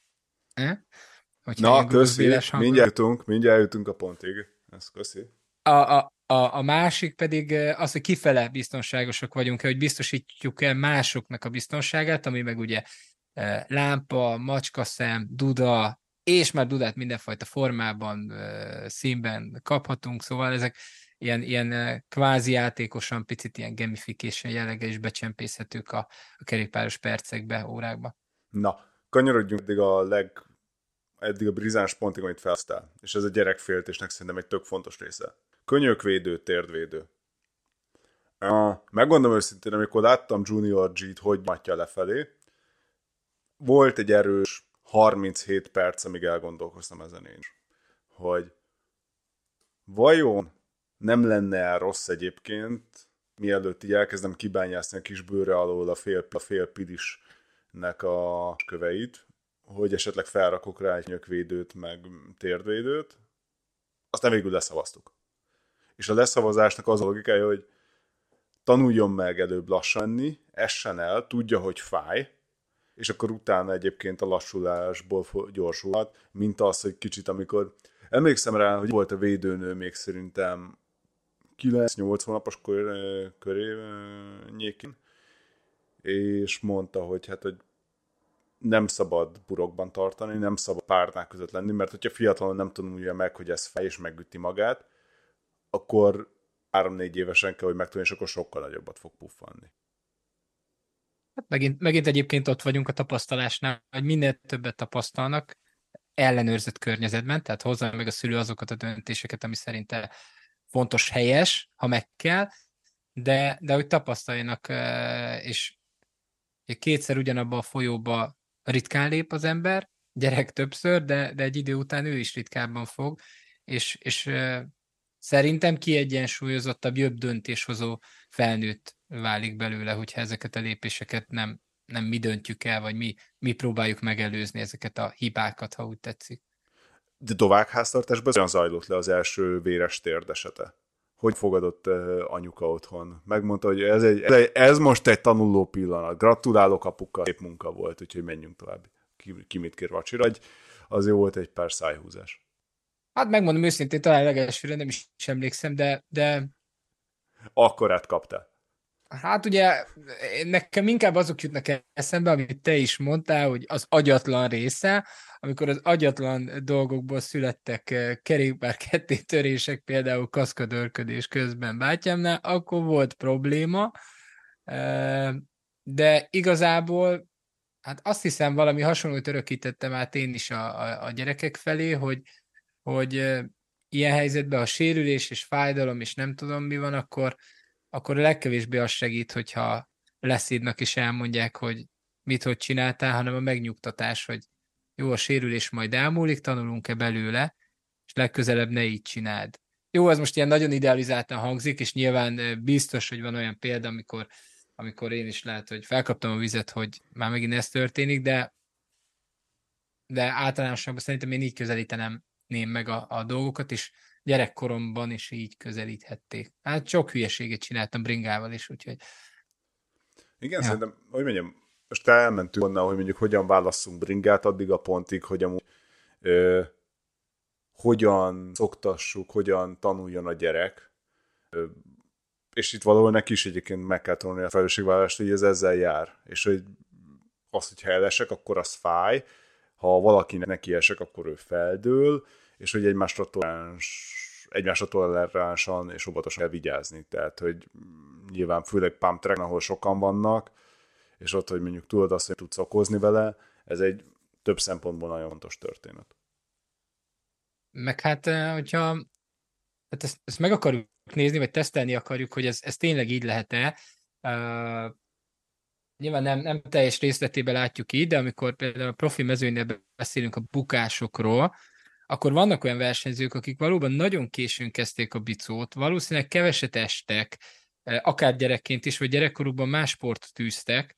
na, köszi, mindjárt jutunk a pontig. Ez köszi. A másik pedig az, hogy kifele biztonságosak vagyunk-e, hogy biztosítjuk-e másoknak a biztonságát, ami meg ugye lámpa, macskaszem, duda, és már dudát mindenfajta formában, színben kaphatunk, szóval ezek ilyen kvázi játékosan, picit ilyen gamification jellege is becsempészhetők a kerékpáros percekbe, órákba. Na, kanyarodjunk eddig a brizáns pontig, amit felhoztál, és ez a gyerekféltésnek szerintem egy tök fontos része. Könyökvédő, térdvédő. Megmondom őszintén, amikor láttam Junior G-t, hogy matja lefelé, volt egy erős 37 perc, amíg elgondolkoztam ezen én is, hogy vajon nem lenne rossz egyébként, mielőtt így elkezdem kibányászni a kis bőre alól a fél pilisnek a köveit, hogy esetleg felrakok rá egy nyökvédőt, meg térdvédőt, aztán végül leszavaztuk. És a leszavazásnak az a logikája, hogy tanuljon meg előbb lassan enni, essen el, tudja, hogy fáj, és akkor utána egyébként a lassulásból gyorsulhat, mint az, hogy kicsit amikor... Emlékszem rá, hogy volt a védőnő még szerintem 9-8 hónapos környékén, és mondta, hogy hát, hogy nem szabad burokban tartani, nem szabad párnák között lenni, mert hogyha fiatalon nem tanulja meg, hogy ez fáj és megüti magát, akkor 3-4 évesen kell, hogy megtanulni, és akkor sokkal nagyobbat fog puffalni. Hát megint egyébként ott vagyunk a tapasztalásnál, hogy minél többet tapasztalnak, ellenőrzött környezetben, tehát hozza meg a szülő azokat a döntéseket, ami szerinte fontos, helyes, ha meg kell, de hogy tapasztaljanak, és kétszer ugyanabba a folyóba ritkán lép az ember, gyerek többször, de egy idő után ő is ritkábban fog, és szerintem kiegyensúlyozottabb, jobb döntéshozó felnőtt válik belőle, hogyha ezeket a lépéseket nem mi döntjük el, vagy mi próbáljuk megelőzni ezeket a hibákat, ha úgy tetszik. De Dovág-háztartásban olyan zajlott le az első véres térdesete? Hogy fogadott anyuka otthon? Megmondta, hogy ez most egy tanuló pillanat. Gratulálok, apuka, szép munka volt, úgyhogy menjünk tovább. Ki mit kér vacsira? Az jó volt egy pár szájhúzás. Hát megmondom őszintén, talán legelsőre nem is emlékszem, de Akkorát kaptál. hát ugye nekem inkább azok jutnak eszembe, amit te is mondtál, hogy az agyatlan része, amikor az agyatlan dolgokból születtek kerékpár kettétörések, például kaszkadőrködés közben bátyámnál, akkor volt probléma, de igazából hát azt hiszem valami hasonlót örökítettem át én is a gyerekek felé, hogy ilyen helyzetben, ha sérülés és fájdalom, és nem tudom mi van, akkor a legkevésbé az segít, hogyha leszídnak és elmondják, hogy hogy csináltál, hanem a megnyugtatás, hogy jó, a sérülés majd elmúlik, tanulunk-e belőle, és legközelebb ne így csináld. Jó, ez most ilyen nagyon idealizáltan hangzik, és nyilván biztos, hogy van olyan példa, amikor én is lehet, hogy felkaptam a vizet, hogy már megint ez történik, de általánosságban szerintem én így közelítenem meg a dolgokat, és gyerekkoromban is így közelíthették. Hát sok hülyeséget csináltam bringával is, úgyhogy... Igen, szerintem, hogy mondjam, most elmentünk onnan, hogy mondjuk hogyan válasszunk bringát addig a pontig, hogy amúgy hogyan szoktassuk, hogyan tanuljon a gyerek, és itt valahol neki is egyébként meg kell tanulni a felelősségvállalást, hogy ez ezzel jár, és hogy az, hogyha elesek, akkor az fáj, ha valakinek neki esek, akkor ő feldől, és hogy egymásra toleránsan és óvatosan kell vigyázni. Tehát, hogy nyilván főleg pump track, ahol sokan vannak, és ott, hogy mondjuk tudod azt, hogy tudsz okozni vele, ez egy több szempontból nagyon fontos történet. Meg hát, hogyha hát ezt meg akarjuk nézni, vagy tesztelni akarjuk, hogy ez tényleg így lehet-e, nyilván nem teljes részletében látjuk így, de amikor például a profi mezőnynél beszélünk a bukásokról, akkor vannak olyan versenyzők, akik valóban nagyon későn kezdték a bicót, valószínűleg keveset estek, akár gyerekként is, vagy gyerekkorukban más sportot űztek,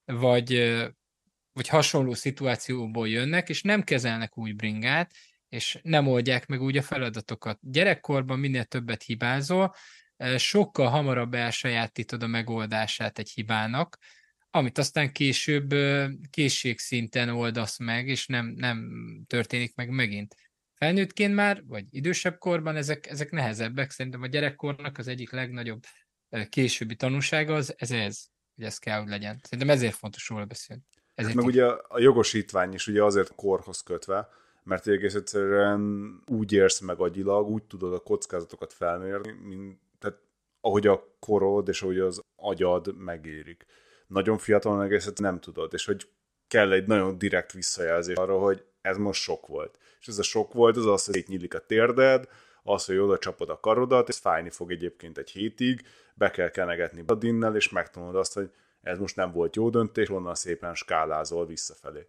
vagy hasonló szituációból jönnek, és nem kezelnek úgy bringát, és nem oldják meg úgy a feladatokat. Gyerekkorban minél többet hibázol, sokkal hamarabb elsajátítod a megoldását egy hibának, amit aztán később készségszinten oldasz meg, és nem történik meg megint. Felnőttként már, vagy idősebb korban ezek nehezebbek. Szerintem a gyerekkornak az egyik legnagyobb későbbi tanulsága ez, hogy ez kell, hogy legyen. Szerintem ezért fontos róla beszélni. Hát meg ugye a jogosítvány is ugye azért korhoz kötve, mert egész egyszerűen úgy érsz meg agyilag, úgy tudod a kockázatokat felmérni, tehát ahogy a korod és ahogy az agyad megérik. Nagyon fiatalon egész egyszerűen nem tudod, és hogy kell egy nagyon direkt visszajelzés arra, hogy ez most sok volt. És ez a sok volt, az hogy szétnyílik a térded, az, hogy oda csapod a karodat, ez fájni fog egyébként egy hétig, be kell kenegetni badinnel, és megtanulod azt, hogy ez most nem volt jó döntés, onnan szépen skálázol visszafelé.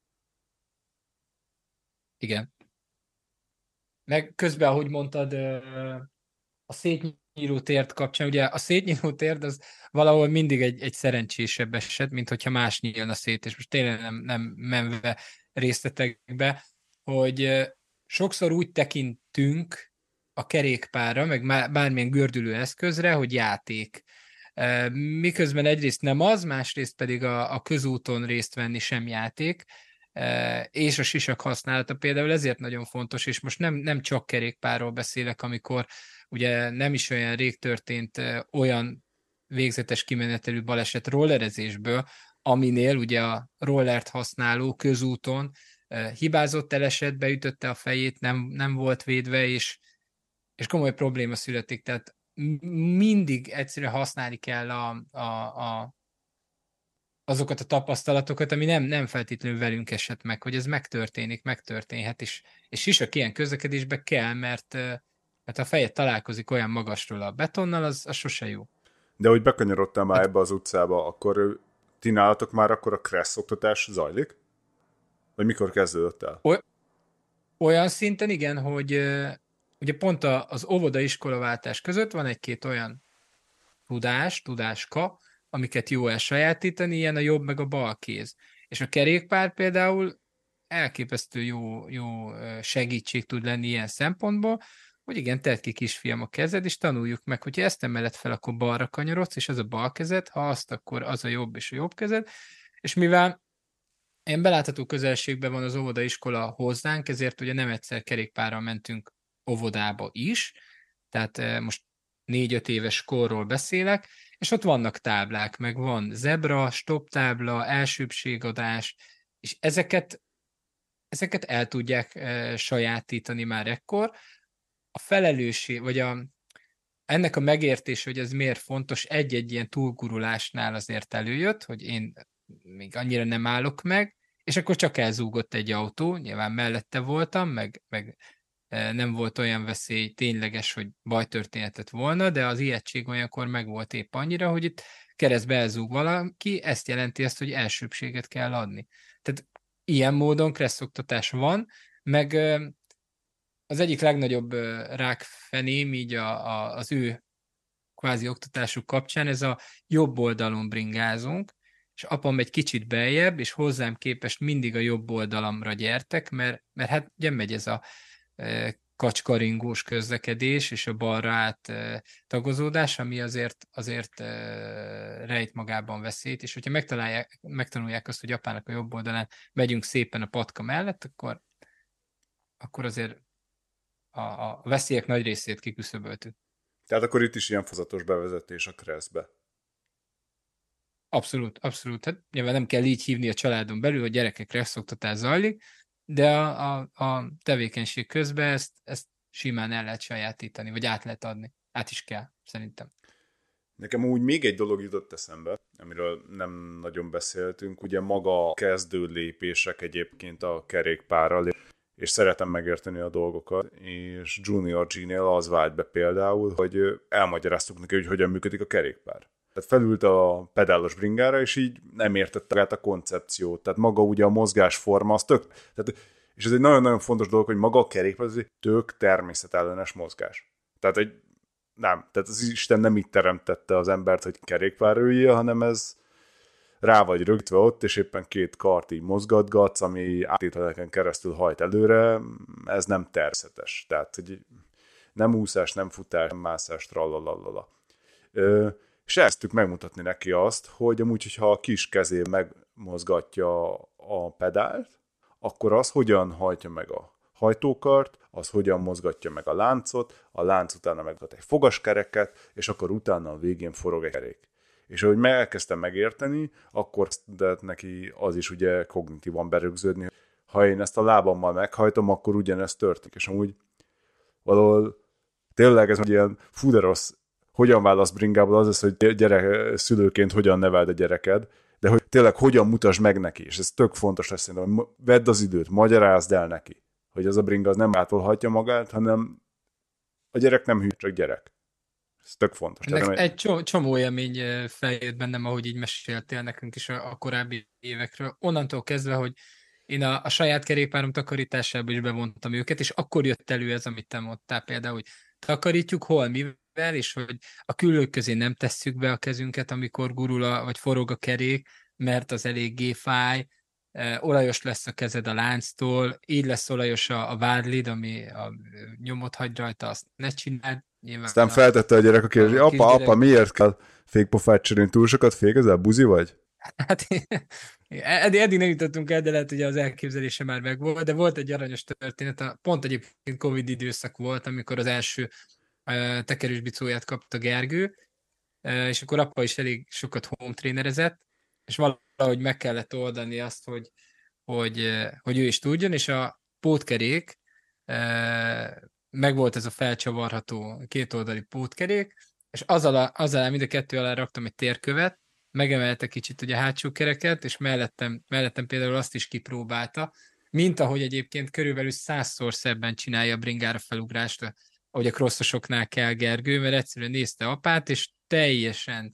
Igen. Meg közben, ahogy mondtad, a szétnyíló térd kapcsán, ugye a szétnyíló térd az valahol mindig egy szerencsésebb eset, mint hogyha más nyílna szét, és most tényleg nem menve részletekbe, hogy sokszor úgy tekintünk a kerékpárra, meg bármilyen gördülő eszközre, hogy játék. Miközben egyrészt nem az, másrészt pedig a közúton részt venni sem játék, és a sisak használata például ezért nagyon fontos, és most nem csak kerékpárról beszélek, amikor ugye nem is olyan rég történt olyan végzetes kimenetelű baleset rollerezésből, aminél ugye a rollert használó közúton hibázott, elesett, beütötte a fejét, nem volt védve, és komoly probléma születik. Tehát mindig egyszerűen használni kell azokat a tapasztalatokat, ami nem feltétlenül velünk esett meg, hogy ez megtörténhet, és sisak ilyen közlekedésbe kell, mert ha a fejed találkozik olyan magasról a betonnal, az sose jó. De hogy bekanyarodtál már Hát ebbe az utcába, akkor ti nálatok már akkor a kressz oktatás zajlik? Vagy mikor kezdődött el? olyan szinten igen, hogy ugye pont az óvoda-iskolaváltás között van egy-két olyan tudáska, amiket jó elsajátítani, ilyen a jobb meg a bal kéz. És a kerékpár például elképesztő jó segítség tud lenni ilyen szempontból, hogy igen, tedd ki kisfiam a kezed, és tanuljuk meg, hogyha ezt emeled fel, akkor balra kanyarodsz, és az a bal kezed, ha azt, akkor az a jobb és a jobb kezed. És mivel ilyen belátható közelségben van az óvodaiskola hozzánk, ezért ugye nem egyszer kerékpárral mentünk óvodába is, tehát most 4-5 éves korról beszélek, és ott vannak táblák, meg van zebra, stop tábla, elsőbbségadás, és ezeket el tudják sajátítani már ekkor. A felelősség, vagy ennek a megértés, hogy ez miért fontos, egy-egy ilyen túlgurulásnál azért előjött, hogy én még annyira nem állok meg, és akkor csak elzúgott egy autó, nyilván mellette voltam, meg nem volt olyan veszély tényleges, hogy bajtörténetet volna, de az ijegység olyankor megvolt épp annyira, hogy itt keresztbe elzúg valaki, ezt jelenti azt, hogy elsőbséget kell adni. Tehát ilyen módon kresszoktatás van, meg az egyik legnagyobb rákfeném így az ő kvázi oktatásuk kapcsán, ez a jobb oldalon bringázunk, és apam egy kicsit beljebb, és hozzám képest mindig a jobb oldalamra gyertek, mert hát ugye megy ez a kacskaringós közlekedés, és a balra át tagozódás, ami azért rejt magában veszélyt, és hogyha megtanulják azt, hogy apának a jobb oldalán megyünk szépen a patka mellett, akkor azért a veszélyek nagy részét kiküszöböltük. Tehát akkor itt is ilyen fazatos bevezetés a kresszbe. Abszolút, abszolút. Hát nyilván nem kell így hívni a családon belül, hogy gyerekek kresszoktatás zajlik, de a tevékenység közben ezt simán el lehet sajátítani, vagy át lehet adni. Át is kell, szerintem. Nekem úgy még egy dolog jutott eszembe, amiről nem nagyon beszéltünk, ugye maga a kezdő lépések egyébként a kerékpárral, és szeretem megérteni a dolgokat, és Junior G-nél az vált be például, hogy elmagyaráztuk neki, hogy hogyan működik a kerékpár. Tehát felült a pedálos bringára, és így nem értette át a koncepciót. Tehát maga ugye a mozgásforma, az tök... és ez egy nagyon-nagyon fontos dolog, hogy maga a kerékpár az egy tök természetellenes mozgás. Tehát az Isten nem így teremtette az embert, hogy kerékpár üljél, hanem ez rá vagy rögtve ott, és éppen két kart így mozgatgatsz, ami átételeken keresztül hajt előre, ez nem természetes. Tehát, hogy nem úszás, nem futás, nem mászás, tralalala. És elkezdtük megmutatni neki azt, hogy amúgy, hogyha a kis kezé megmozgatja a pedált, akkor az hogyan hajtja meg a hajtókart, az hogyan mozgatja meg a lánc utána megmutat egy fogaskereket, és akkor utána a végén forog egy kerék. És ahogy elkezdtem megérteni, akkor de neki az is ugye kognitívan berögződni, hogy ha én ezt a lábammal meghajtom, akkor ugyanezt történik. És amúgy valahol tényleg ez egy ilyen fú de rossz, hogyan válasz bringából, az lesz, hogy szülőként hogyan neveld a gyereked, de hogy tényleg hogyan mutasd meg neki, és ez tök fontos lesz szerintem, hogy vedd az időt, magyarázd el neki, hogy az a bringa az nem átolhatja magát, hanem a gyerek nem hű, csak gyerek. Ez tök fontos. Egy csomó élmény feljött bennem, ahogy így meséltél nekünk is a korábbi évekről. Onnantól kezdve, hogy én a saját kerékpárom takarításába is bevontam őket, és akkor jött elő ez, amit te mondtál például, hogy takarítjuk hol, mivel, és hogy a küllők közé nem tesszük be a kezünket, amikor gurul vagy forog a kerék, mert az eléggé fáj, olajos lesz a kezed a lánctól, így lesz olajos a vádlid, ami a nyomot hagy rajta, azt ne csináld. Nyilván aztán feltette a gyerek a kérdést, hogy apa, miért kell fékpofát cserélni, túl sokat fékezel, buzi vagy? Hát eddig nem jutottunk el, de lehet, hogy az elképzelése már megvolt, de volt egy aranyos történet, pont egyébként Covid időszak volt, amikor az első tekerős bicóját kapta Gergő, és akkor apa is elég sokat home trénerezett, és valahogy meg kellett oldani azt, hogy ő is tudjon, és a pótkerék, megvolt ez a felcsavarható kétoldali pótkerék, és azzal mind a kettő alá raktam egy térkövet, megemelte kicsit ugye a hátsó kereket, és mellettem például azt is kipróbálta, mint ahogy egyébként körülbelül 100-szor szebben csinálja a bringára felugrást, ahogy a crossosoknál kell Gergő, mert egyszerűen nézte apát, és teljesen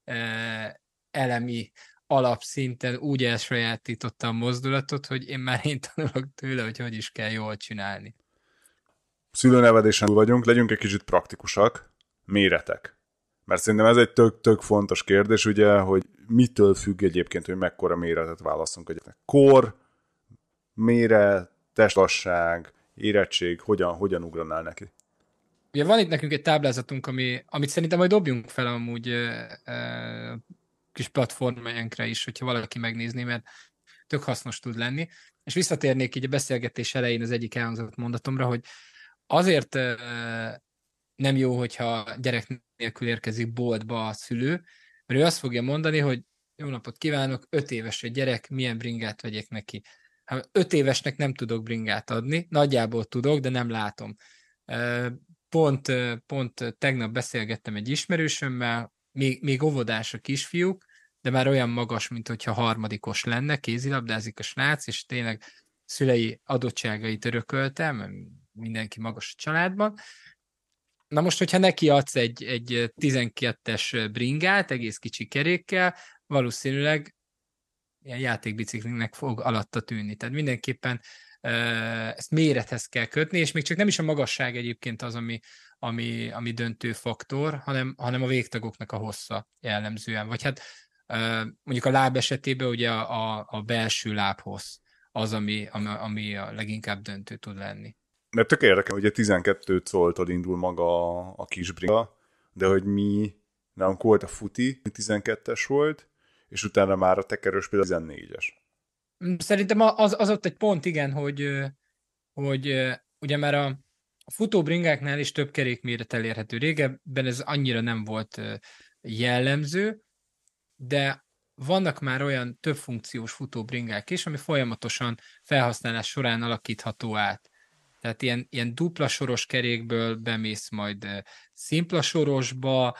elemi alapszinten úgy elsajátította a mozdulatot, hogy én tanulok tőle, hogy is kell jól csinálni. Szülőnevedésen túl vagyunk, legyünk egy kicsit praktikusak. Méretek. Mert szerintem ez egy tök fontos kérdés, ugye, hogy mitől függ egyébként, hogy mekkora méretet válaszunk egyébként. Kor, méret, testlasság, érettség, hogyan ugranál neki? Ugye van itt nekünk egy táblázatunk, amit szerintem majd dobjunk fel amúgy kis platformjainkra is, hogyha valaki megnézni, mert tök hasznos tud lenni. És visszatérnék így a beszélgetés elején az egyik elhangzott mondatomra, hogy azért nem jó, hogyha gyerek nélkül érkezik boltba a szülő, mert ő azt fogja mondani, hogy jó napot kívánok, 5 éves egy gyerek, milyen bringát vegyek neki. Hát 5 évesnek nem tudok bringát adni, nagyjából tudok, de nem látom. Pont tegnap beszélgettem egy ismerősömmel, még óvodás a kisfiúk, de már olyan magas, mint hogyha harmadikos lenne, kézilabdázik a srác, és tényleg szülei adottságait örököltem, mindenki magas a családban. Na most, hogyha neki adsz egy 12-es bringát, egész kicsi kerékkel, valószínűleg ilyen játékbiciklinek fog alatta tűnni. Tehát mindenképpen ezt mérethez kell kötni, és még csak nem is a magasság egyébként az, ami döntő faktor, hanem a végtagoknak a hossza jellemzően. Vagy hát mondjuk a láb esetében ugye a belső lábhossz az, ami a leginkább döntő tud lenni. Mert tök érdekel, hogy a 12 coltól indul maga a kis bringa, de hogy nálunk volt a futi, 12-es volt, és utána már a tekerős például 14-es. Szerintem az ott egy pont, igen, hogy ugye már a futóbringáknál is több kerékméret elérhető. Régebben ez annyira nem volt jellemző, de vannak már olyan több funkciós futóbringák is, ami folyamatosan felhasználás során alakítható át. Tehát ilyen dupla soros kerékből bemész majd szimpla sorosba,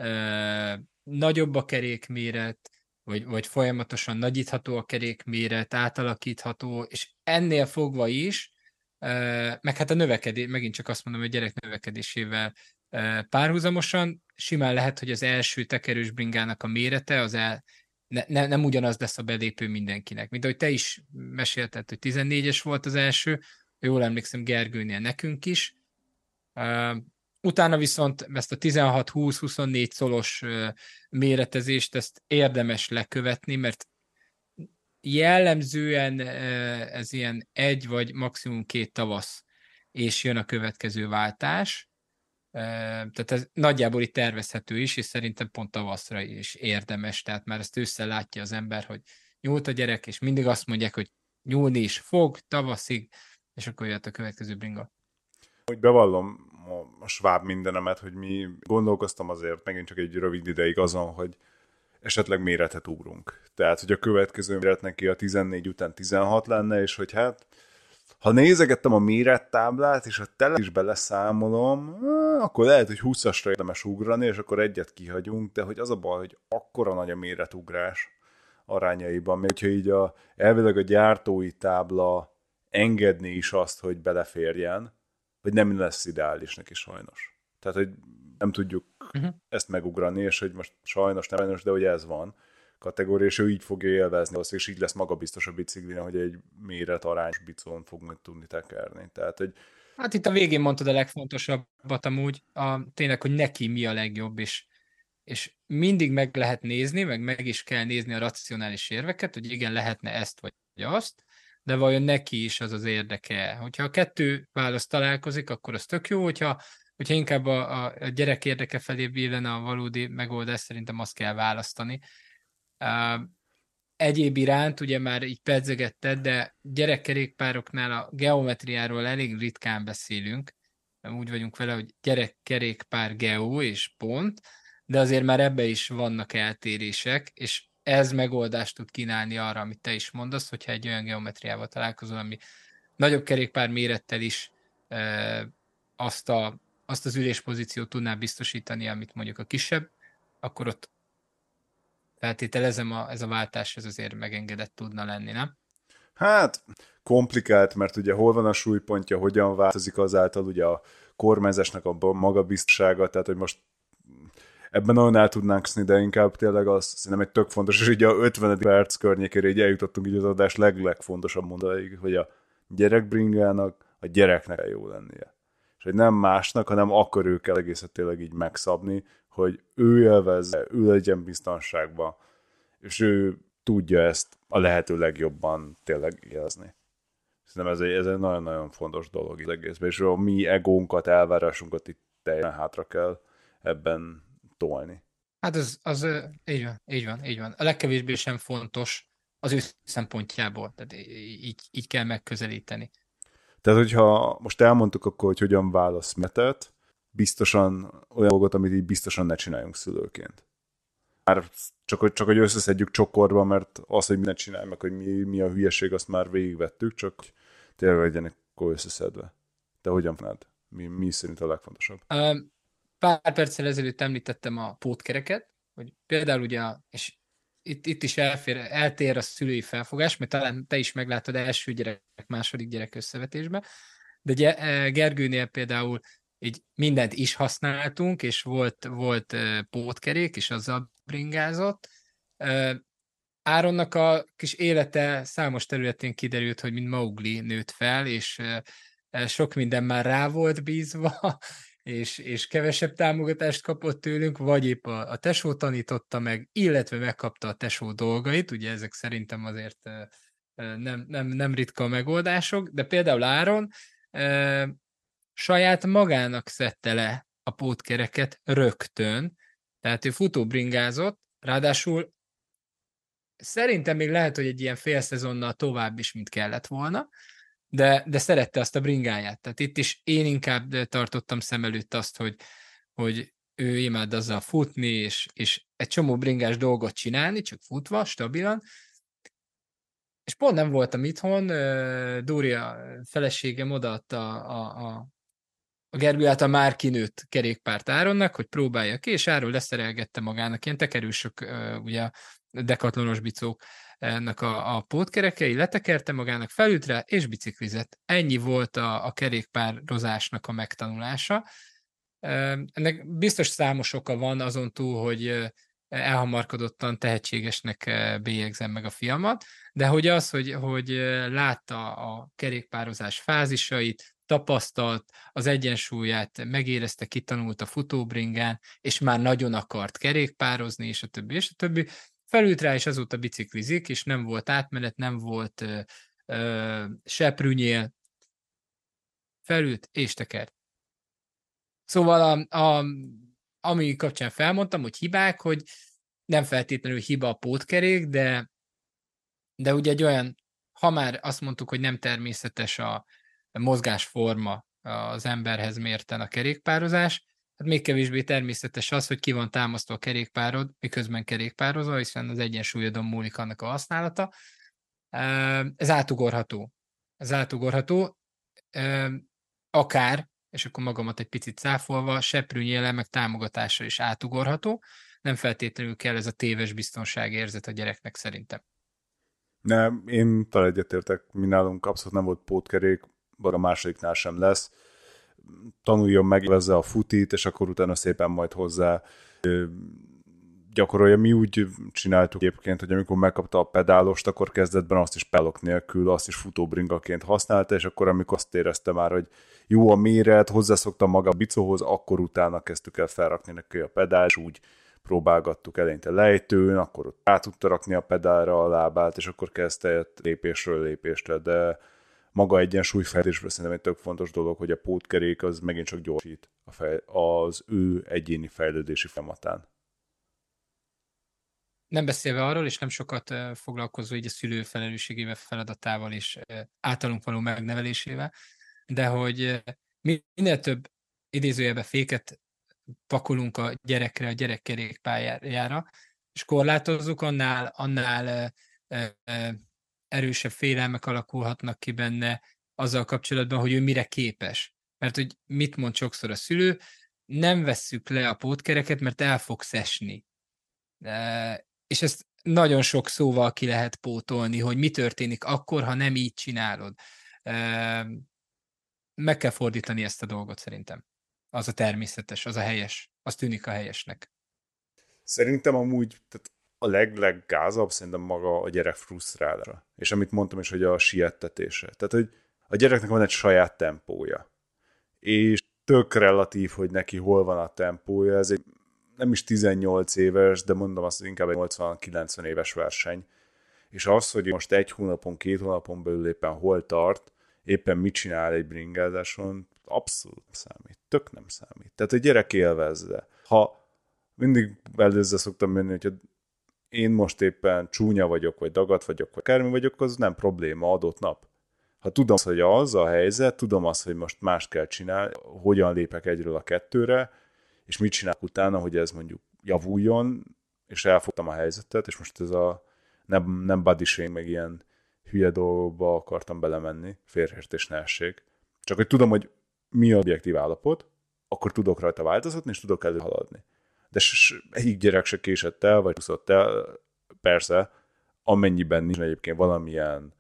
nagyobb a kerékméret, vagy folyamatosan nagyítható a kerékméret, átalakítható, és ennél fogva is, meg hát a növekedés, megint csak azt mondom, hogy a gyerek növekedésével párhuzamosan simán lehet, hogy az első tekerős bringának a mérete nem ugyanaz lesz a belépő mindenkinek. Mint ahogy te is mesélted, hogy 14-es volt az első, jól emlékszem Gergőnél nekünk is. Utána viszont ezt a 16-20-24 szolos méretezést, ezt érdemes lekövetni, mert jellemzően ez ilyen 1 vagy maximum 2 tavasz, és jön a következő váltás. Tehát ez nagyjából itt tervezhető is, és szerintem pont tavaszra is érdemes, tehát már ezt ősszel látja az ember, hogy nyúlt a gyerek, és mindig azt mondják, hogy nyúlni is fog tavaszig, és akkor jött a következő bringa. Úgy bevallom a sváb mindenemet, hogy mi gondolkoztam azért megint csak egy rövid ideig azon, hogy esetleg méretet ugrunk. Tehát, hogy a következő méret neki a 14 után 16 lenne, és hogy hát, ha nézegettem a mérettáblát, és a tele is beleszámolom, akkor lehet, hogy 20-asra érdemes ugrani, és akkor egyet kihagyunk, de hogy az a baj, hogy akkora nagy a méretugrás arányaiban, még hogyha így elvileg a gyártói tábla engedni is azt, hogy beleférjen, hogy nem lesz ideális neki sajnos. Tehát, hogy nem tudjuk ezt megugrani, és hogy most sajnos, nem sajnos, de hogy ez van kategória, és ő így fogja élvezni, és így lesz magabiztos a biciklin, hogy egy méret arányos bicón fog tudni tekerni. Tehát, hogy... Hát itt a végén mondtad a legfontosabbat amúgy, tényleg, hogy neki mi a legjobb, és mindig meg lehet nézni, meg is kell nézni a racionális érveket, hogy igen, lehetne ezt vagy azt, de vajon neki is az az érdeke. Hogyha a kettő válasz találkozik, akkor az tök jó, hogyha inkább a gyerek érdeke felé billen a valódi megoldás, szerintem azt kell választani. Egyéb iránt, ugye már így pedzegetted, de gyerekkerékpároknál a geometriáról elég ritkán beszélünk. Úgy vagyunk vele, hogy gyerekkerékpár geo és pont, de azért már ebbe is vannak eltérések, és ez megoldást tud kínálni arra, amit te is mondasz, hogyha egy olyan geometriával találkozol, ami nagyobb kerékpár mérettel is azt az üléspozíciót tudná biztosítani, amit mondjuk a kisebb, akkor ott feltételezem, ez a váltás ez azért megengedett tudna lenni, nem? Hát komplikált, mert ugye hol van a súlypontja, hogyan változik azáltal ugye a kormányzásnak a magabiztossága, tehát hogy most ebben nagyon el tudnánk szni, de inkább tényleg az szerintem egy tök fontos, és ugye a 50. perc környékére így eljutottunk így az adás legfontosabb mondatig, hogy a gyerekbringának a gyereknek kell jó lennie. És hogy nem másnak, hanem akkor ő kell egészet tényleg így megszabni, hogy ő élvezze, ő legyen biztonságban, és ő tudja ezt a lehető legjobban tényleg érezni. Szerintem ez egy nagyon-nagyon fontos dolog az egészben, és a mi egónkat, elvárásunkat itt teljesen hátra kell ebben tolni. Hát így van. A legkevésbé sem fontos az ő szempontjából. Tehát így kell megközelíteni. Tehát, hogyha most elmondtuk akkor, hogy hogyan válasz metet, biztosan olyan dolgot, amit így biztosan ne csináljunk szülőként. Már csak hogy összeszedjük csokorba, mert az, hogy ne csinálj meg, hogy mi a hülyeség, azt már végigvettük, csak tényleg legyenek akkor összeszedve. Te hogyan csinálod? Mi szerint a legfontosabb? Pár perccel ezelőtt említettem a pótkereket, hogy például ugye, és itt is eltér a szülői felfogás, mert talán te is meglátod első gyerek, második gyerek összevetésben, de Gergőnél például így mindent is használtunk, és volt pótkerék, és azzal bringázott. Áronnak a kis élete számos területén kiderült, hogy mint Mowgli nőtt fel, és sok minden már rá volt bízva, és kevesebb támogatást kapott tőlünk, vagy épp a tesó tanította meg, illetve megkapta a tesó dolgait, ugye ezek szerintem azért nem ritka megoldások, de például Áron saját magának szedte le a pótkereket rögtön, tehát ő futóbringázott, ráadásul szerintem még lehet, hogy egy ilyen fél szezonnal tovább is, mint kellett volna, de szerette azt a bringáját. Tehát itt is én inkább tartottam szem előtt azt, hogy ő imád azzal futni, és egy csomó bringás dolgot csinálni, csak futva, stabilan. És pont nem voltam itthon, Dória feleségem odaadta a Gergő által már kinőtt kerékpárt Áronnak, hogy próbálja ki, és Áron leszerelgette magának ilyen tekerősök, ugye dekatlonos bicók, ennek a pótkerekei, letekerte magának, felült rá, és biciklizett. Ennyi volt a kerékpározásnak a megtanulása. Ennek biztos számos oka van azon túl, hogy elhamarkodottan tehetségesnek bélyegzem meg a fiamat, de hogy látta a kerékpározás fázisait, tapasztalt, az egyensúlyát megérezte, kitanult a futóbringán, és már nagyon akart kerékpározni, és a többi, és a többi. Felült rá, és azóta biciklizik, és nem volt átmenet, nem volt seprűnyél, felült és tekert. Szóval ami kapcsán felmondtam, hogy hibák, hogy nem feltétlenül hiba a pótkerék, de ugye egy olyan, ha már azt mondtuk, hogy nem természetes a mozgásforma az emberhez mérten a kerékpározás, hát még kevésbé természetes az, hogy ki van támasztva a kerékpárod, miközben kerékpározol, hiszen az egyensúlyodon múlik annak a használata. Ez átugorható. Akár, és akkor magamat egy picit cáfolva, seprűnyéle meg támogatása is átugorható. Nem feltétlenül kell ez a téves biztonságérzet a gyereknek szerintem. Nem, én talán egyetértek, mi nálunk abszolút nem volt pótkerék, vagy a másodiknál sem lesz. Tanuljon meg ezzel a futit, és akkor utána szépen majd hozzá gyakorolja. Mi úgy csináltuk egyébként, hogy amikor megkapta a pedálost, akkor kezdetben azt is pedálok nélkül, azt is futóbringaként használta, és akkor amikor azt érezte már, hogy jó a méret, hozzászokta maga a bicóhoz, akkor utána kezdtük el felrakni neki a pedált, és úgy próbálgattuk eleinte lejtőn, akkor ott rá tudta rakni a pedálra a lábát, és akkor kezdte lépésről lépésre, de maga egyensúlyfejlődésben szerintem egy tök fontos dolog, hogy a pótkerék az megint csak gyorsít az ő egyéni fejlődési folyamatán. Nem beszélve arról, és nem sokat foglalkozó így a szülő felelősségével, feladatával és általunk való megnevelésével, de hogy minél több idézőjelben féket pakolunk a gyerekre, a gyerek kerékpályára, és korlátozzuk, annál erősebb félelmek alakulhatnak ki benne azzal kapcsolatban, hogy ő mire képes. Mert hogy mit mond sokszor a szülő, nem vesszük le a pótkereket, mert el fogsz esni. és ezt nagyon sok szóval ki lehet pótolni, hogy mi történik akkor, ha nem így csinálod. Meg kell fordítani ezt a dolgot szerintem. Az a természetes, az a helyes, az tűnik a helyesnek. Szerintem amúgy tehát a leggázabb szerintem maga a gyerek frusztrálása. És amit mondtam is, hogy a siettetése. Tehát, hogy a gyereknek van egy saját tempója. És tök relatív, hogy neki hol van a tempója. Ez egy nem is 18 éves, de mondom azt, hogy inkább egy 80-90 éves verseny. És az, hogy most 1 hónapon, 2 hónapon belül éppen hol tart, éppen mit csinál egy bringázáson, abszolút nem számít. Tök nem számít. Tehát a gyerek élvezze. Ha mindig előző szoktam menni, hogyha én most éppen csúnya vagyok, vagy dagat vagyok, vagy akármi vagyok, az nem probléma adott nap. Ha tudom azt, hogy az a helyzet, tudom azt, hogy most mást kell csinálni, hogyan lépek egyről a kettőre, és mit csinálok utána, hogy ez mondjuk javuljon, és elfogtam a helyzetet, és most ez a nem body shame, meg ilyen hülye dolgokba akartam belemenni, félreértés ne essék. Csak hogy tudom, hogy mi az objektív állapot, akkor tudok rajta változtatni, és tudok előhaladni. De egyik gyerek se késett el, vagy úszott el, persze, amennyiben nincs egyébként valamilyen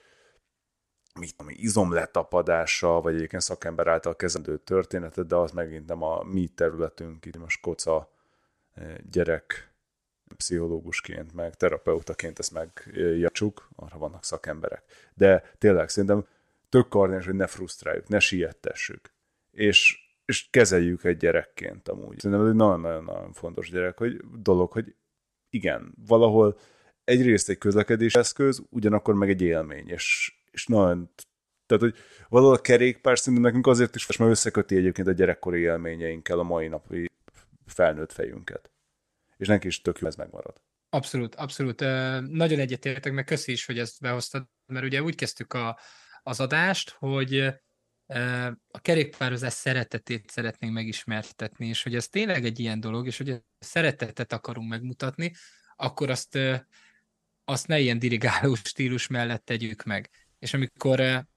izomletapadása, vagy egyébként szakember által kezelendő történetet, de az megint nem a mi területünk, itt most koca gyerek pszichológusként, meg terapeutaként ezt megjatsuk, arra vannak szakemberek. De tényleg szerintem tök kardinás, hogy ne frusztráljuk, ne siettessük. És kezeljük egy gyerekként amúgy. Szerintem ez egy nagyon-nagyon fontos dolog, hogy igen, valahol egyrészt egy közlekedési eszköz, ugyanakkor meg egy élmény, és nagyon, tehát, hogy valahol a kerékpár szerintem nekünk azért is, mert összeköti egyébként a gyerekkori élményeinkkel a mai napi felnőtt fejünket. És neki is tök jó, ez megmarad. Abszolút, abszolút. Nagyon egyetértek, meg köszi is, hogy ezt behoztad, mert ugye úgy kezdtük az adást, hogy a kerékpározás szeretetét szeretnénk megismertetni, és hogy ez tényleg egy ilyen dolog, és hogy a szeretetet akarunk megmutatni, akkor azt ne ilyen dirigáló stílus mellett tegyük meg. És amikor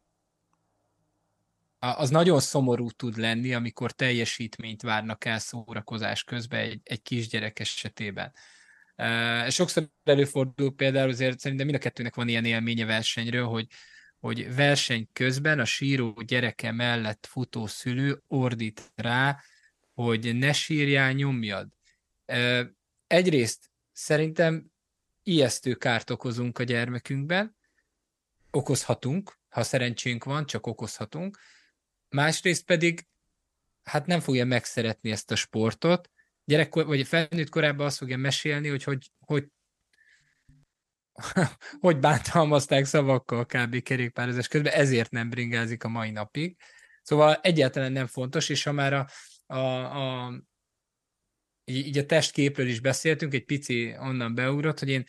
az nagyon szomorú tud lenni, amikor teljesítményt várnak el szórakozás közben egy kisgyerek esetében. Sokszor előfordul például, azért szerintem mind a kettőnek van ilyen élménye versenyről, hogy verseny közben a síró gyereke mellett futó szülő ordít rá, hogy ne sírjál, nyomjad. Egyrészt szerintem ijesztő kárt okozunk a gyermekünkben, okozhatunk, ha szerencsénk van, csak okozhatunk. Másrészt pedig hát nem fogja megszeretni ezt a sportot. Gyerekkor, vagy felnőtt korában azt fogja mesélni, hogy bántalmazták szavakkal kb. Kerékpározás közben, ezért nem bringázik a mai napig. Szóval egyáltalán nem fontos, és ha már így a testképről is beszéltünk, egy pici onnan beugrott, hogy én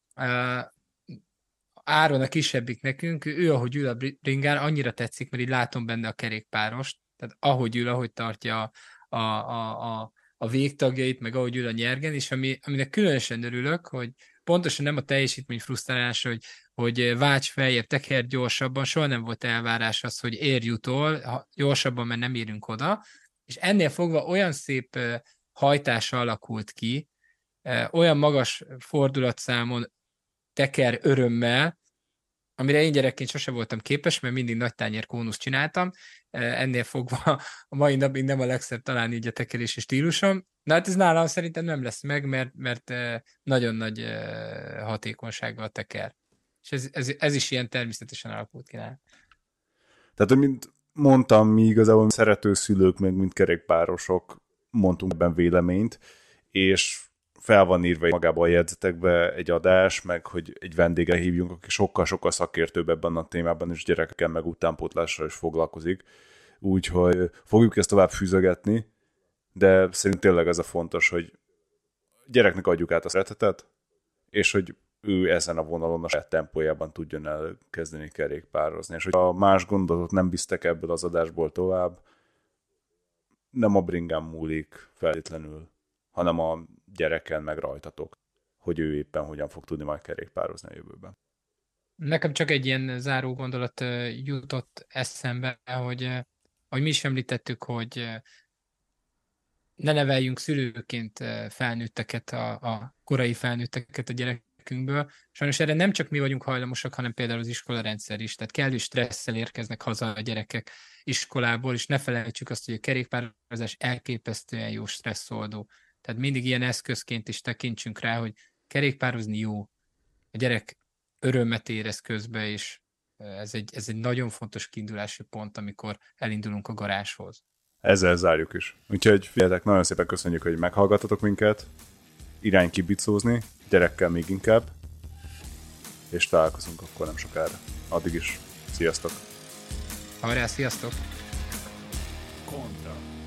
Áron a kisebbik nekünk, ő ahogy ül a bringán, annyira tetszik, mert így látom benne a kerékpárost, tehát ahogy ül, ahogy tartja a végtagjait, meg ahogy ül a nyergen, és aminek különösen örülök, hogy pontosan nem a teljesítmény frusztrálása, hogy vágy feljebb, teker gyorsabban, soha nem volt elvárás az, hogy érj utol, gyorsabban, mert nem érünk oda, és ennél fogva olyan szép hajtása alakult ki, olyan magas fordulatszámon teker örömmel, amire én gyerekként sose voltam képes, mert mindig nagy tányér kónusz csináltam, ennél fogva a mai napig nem a legszebb talán így a tekerési stílusom. Na hát ez nálam szerintem nem lesz meg, mert nagyon nagy hatékonysággal teker. És ez is ilyen természetesen alakult ki nálam. Tehát, hogy mint mondtam, mi igazából szerető szülők, meg mint kerékpárosok mondtunk ebben véleményt, és fel van írva magába a jegyzetekbe egy adás, meg hogy egy vendégre hívjunk, aki sokkal-sokkal szakértőbb ebben a témában, és gyerekekkel meg utánpótlással is foglalkozik. Úgyhogy fogjuk ezt tovább fűzögetni, de szerintem tényleg ez a fontos, hogy gyereknek adjuk át a szeretetet, és hogy ő ezen a vonalon a saját tempójában tudjon elkezdeni kerékpározni. És hogyha más gondolatot nem visztek ebből az adásból tovább, nem a bringán múlik feltétlenül, hanem a gyereken meg rajtatok, hogy ő éppen hogyan fog tudni majd kerékpározni a jövőben. Nekem csak egy ilyen záró gondolat jutott eszembe, hogy mi is említettük, hogy ne neveljünk szülőként felnőtteket, a korai felnőtteket a gyerekünkből. Sajnos erre nem csak mi vagyunk hajlamosak, hanem például az iskolarendszer is. Tehát kellő stresszel érkeznek haza a gyerekek iskolából, és ne felejtsük azt, hogy a kerékpározás elképesztően jó stresszoldó. Tehát mindig ilyen eszközként is tekintsünk rá, hogy kerékpározni jó. A gyerek örömet érez közben, és ez egy nagyon fontos kiindulási pont, amikor elindulunk a garázshoz. Ezzel zárjuk is. Úgyhogy figyeljetek, nagyon szépen köszönjük, hogy meghallgatotok minket. Irány kibicózni, gyerekkel még inkább. És találkozunk akkor nem sokára. Addig is. Sziasztok! Hajrá, sziasztok! Kontra.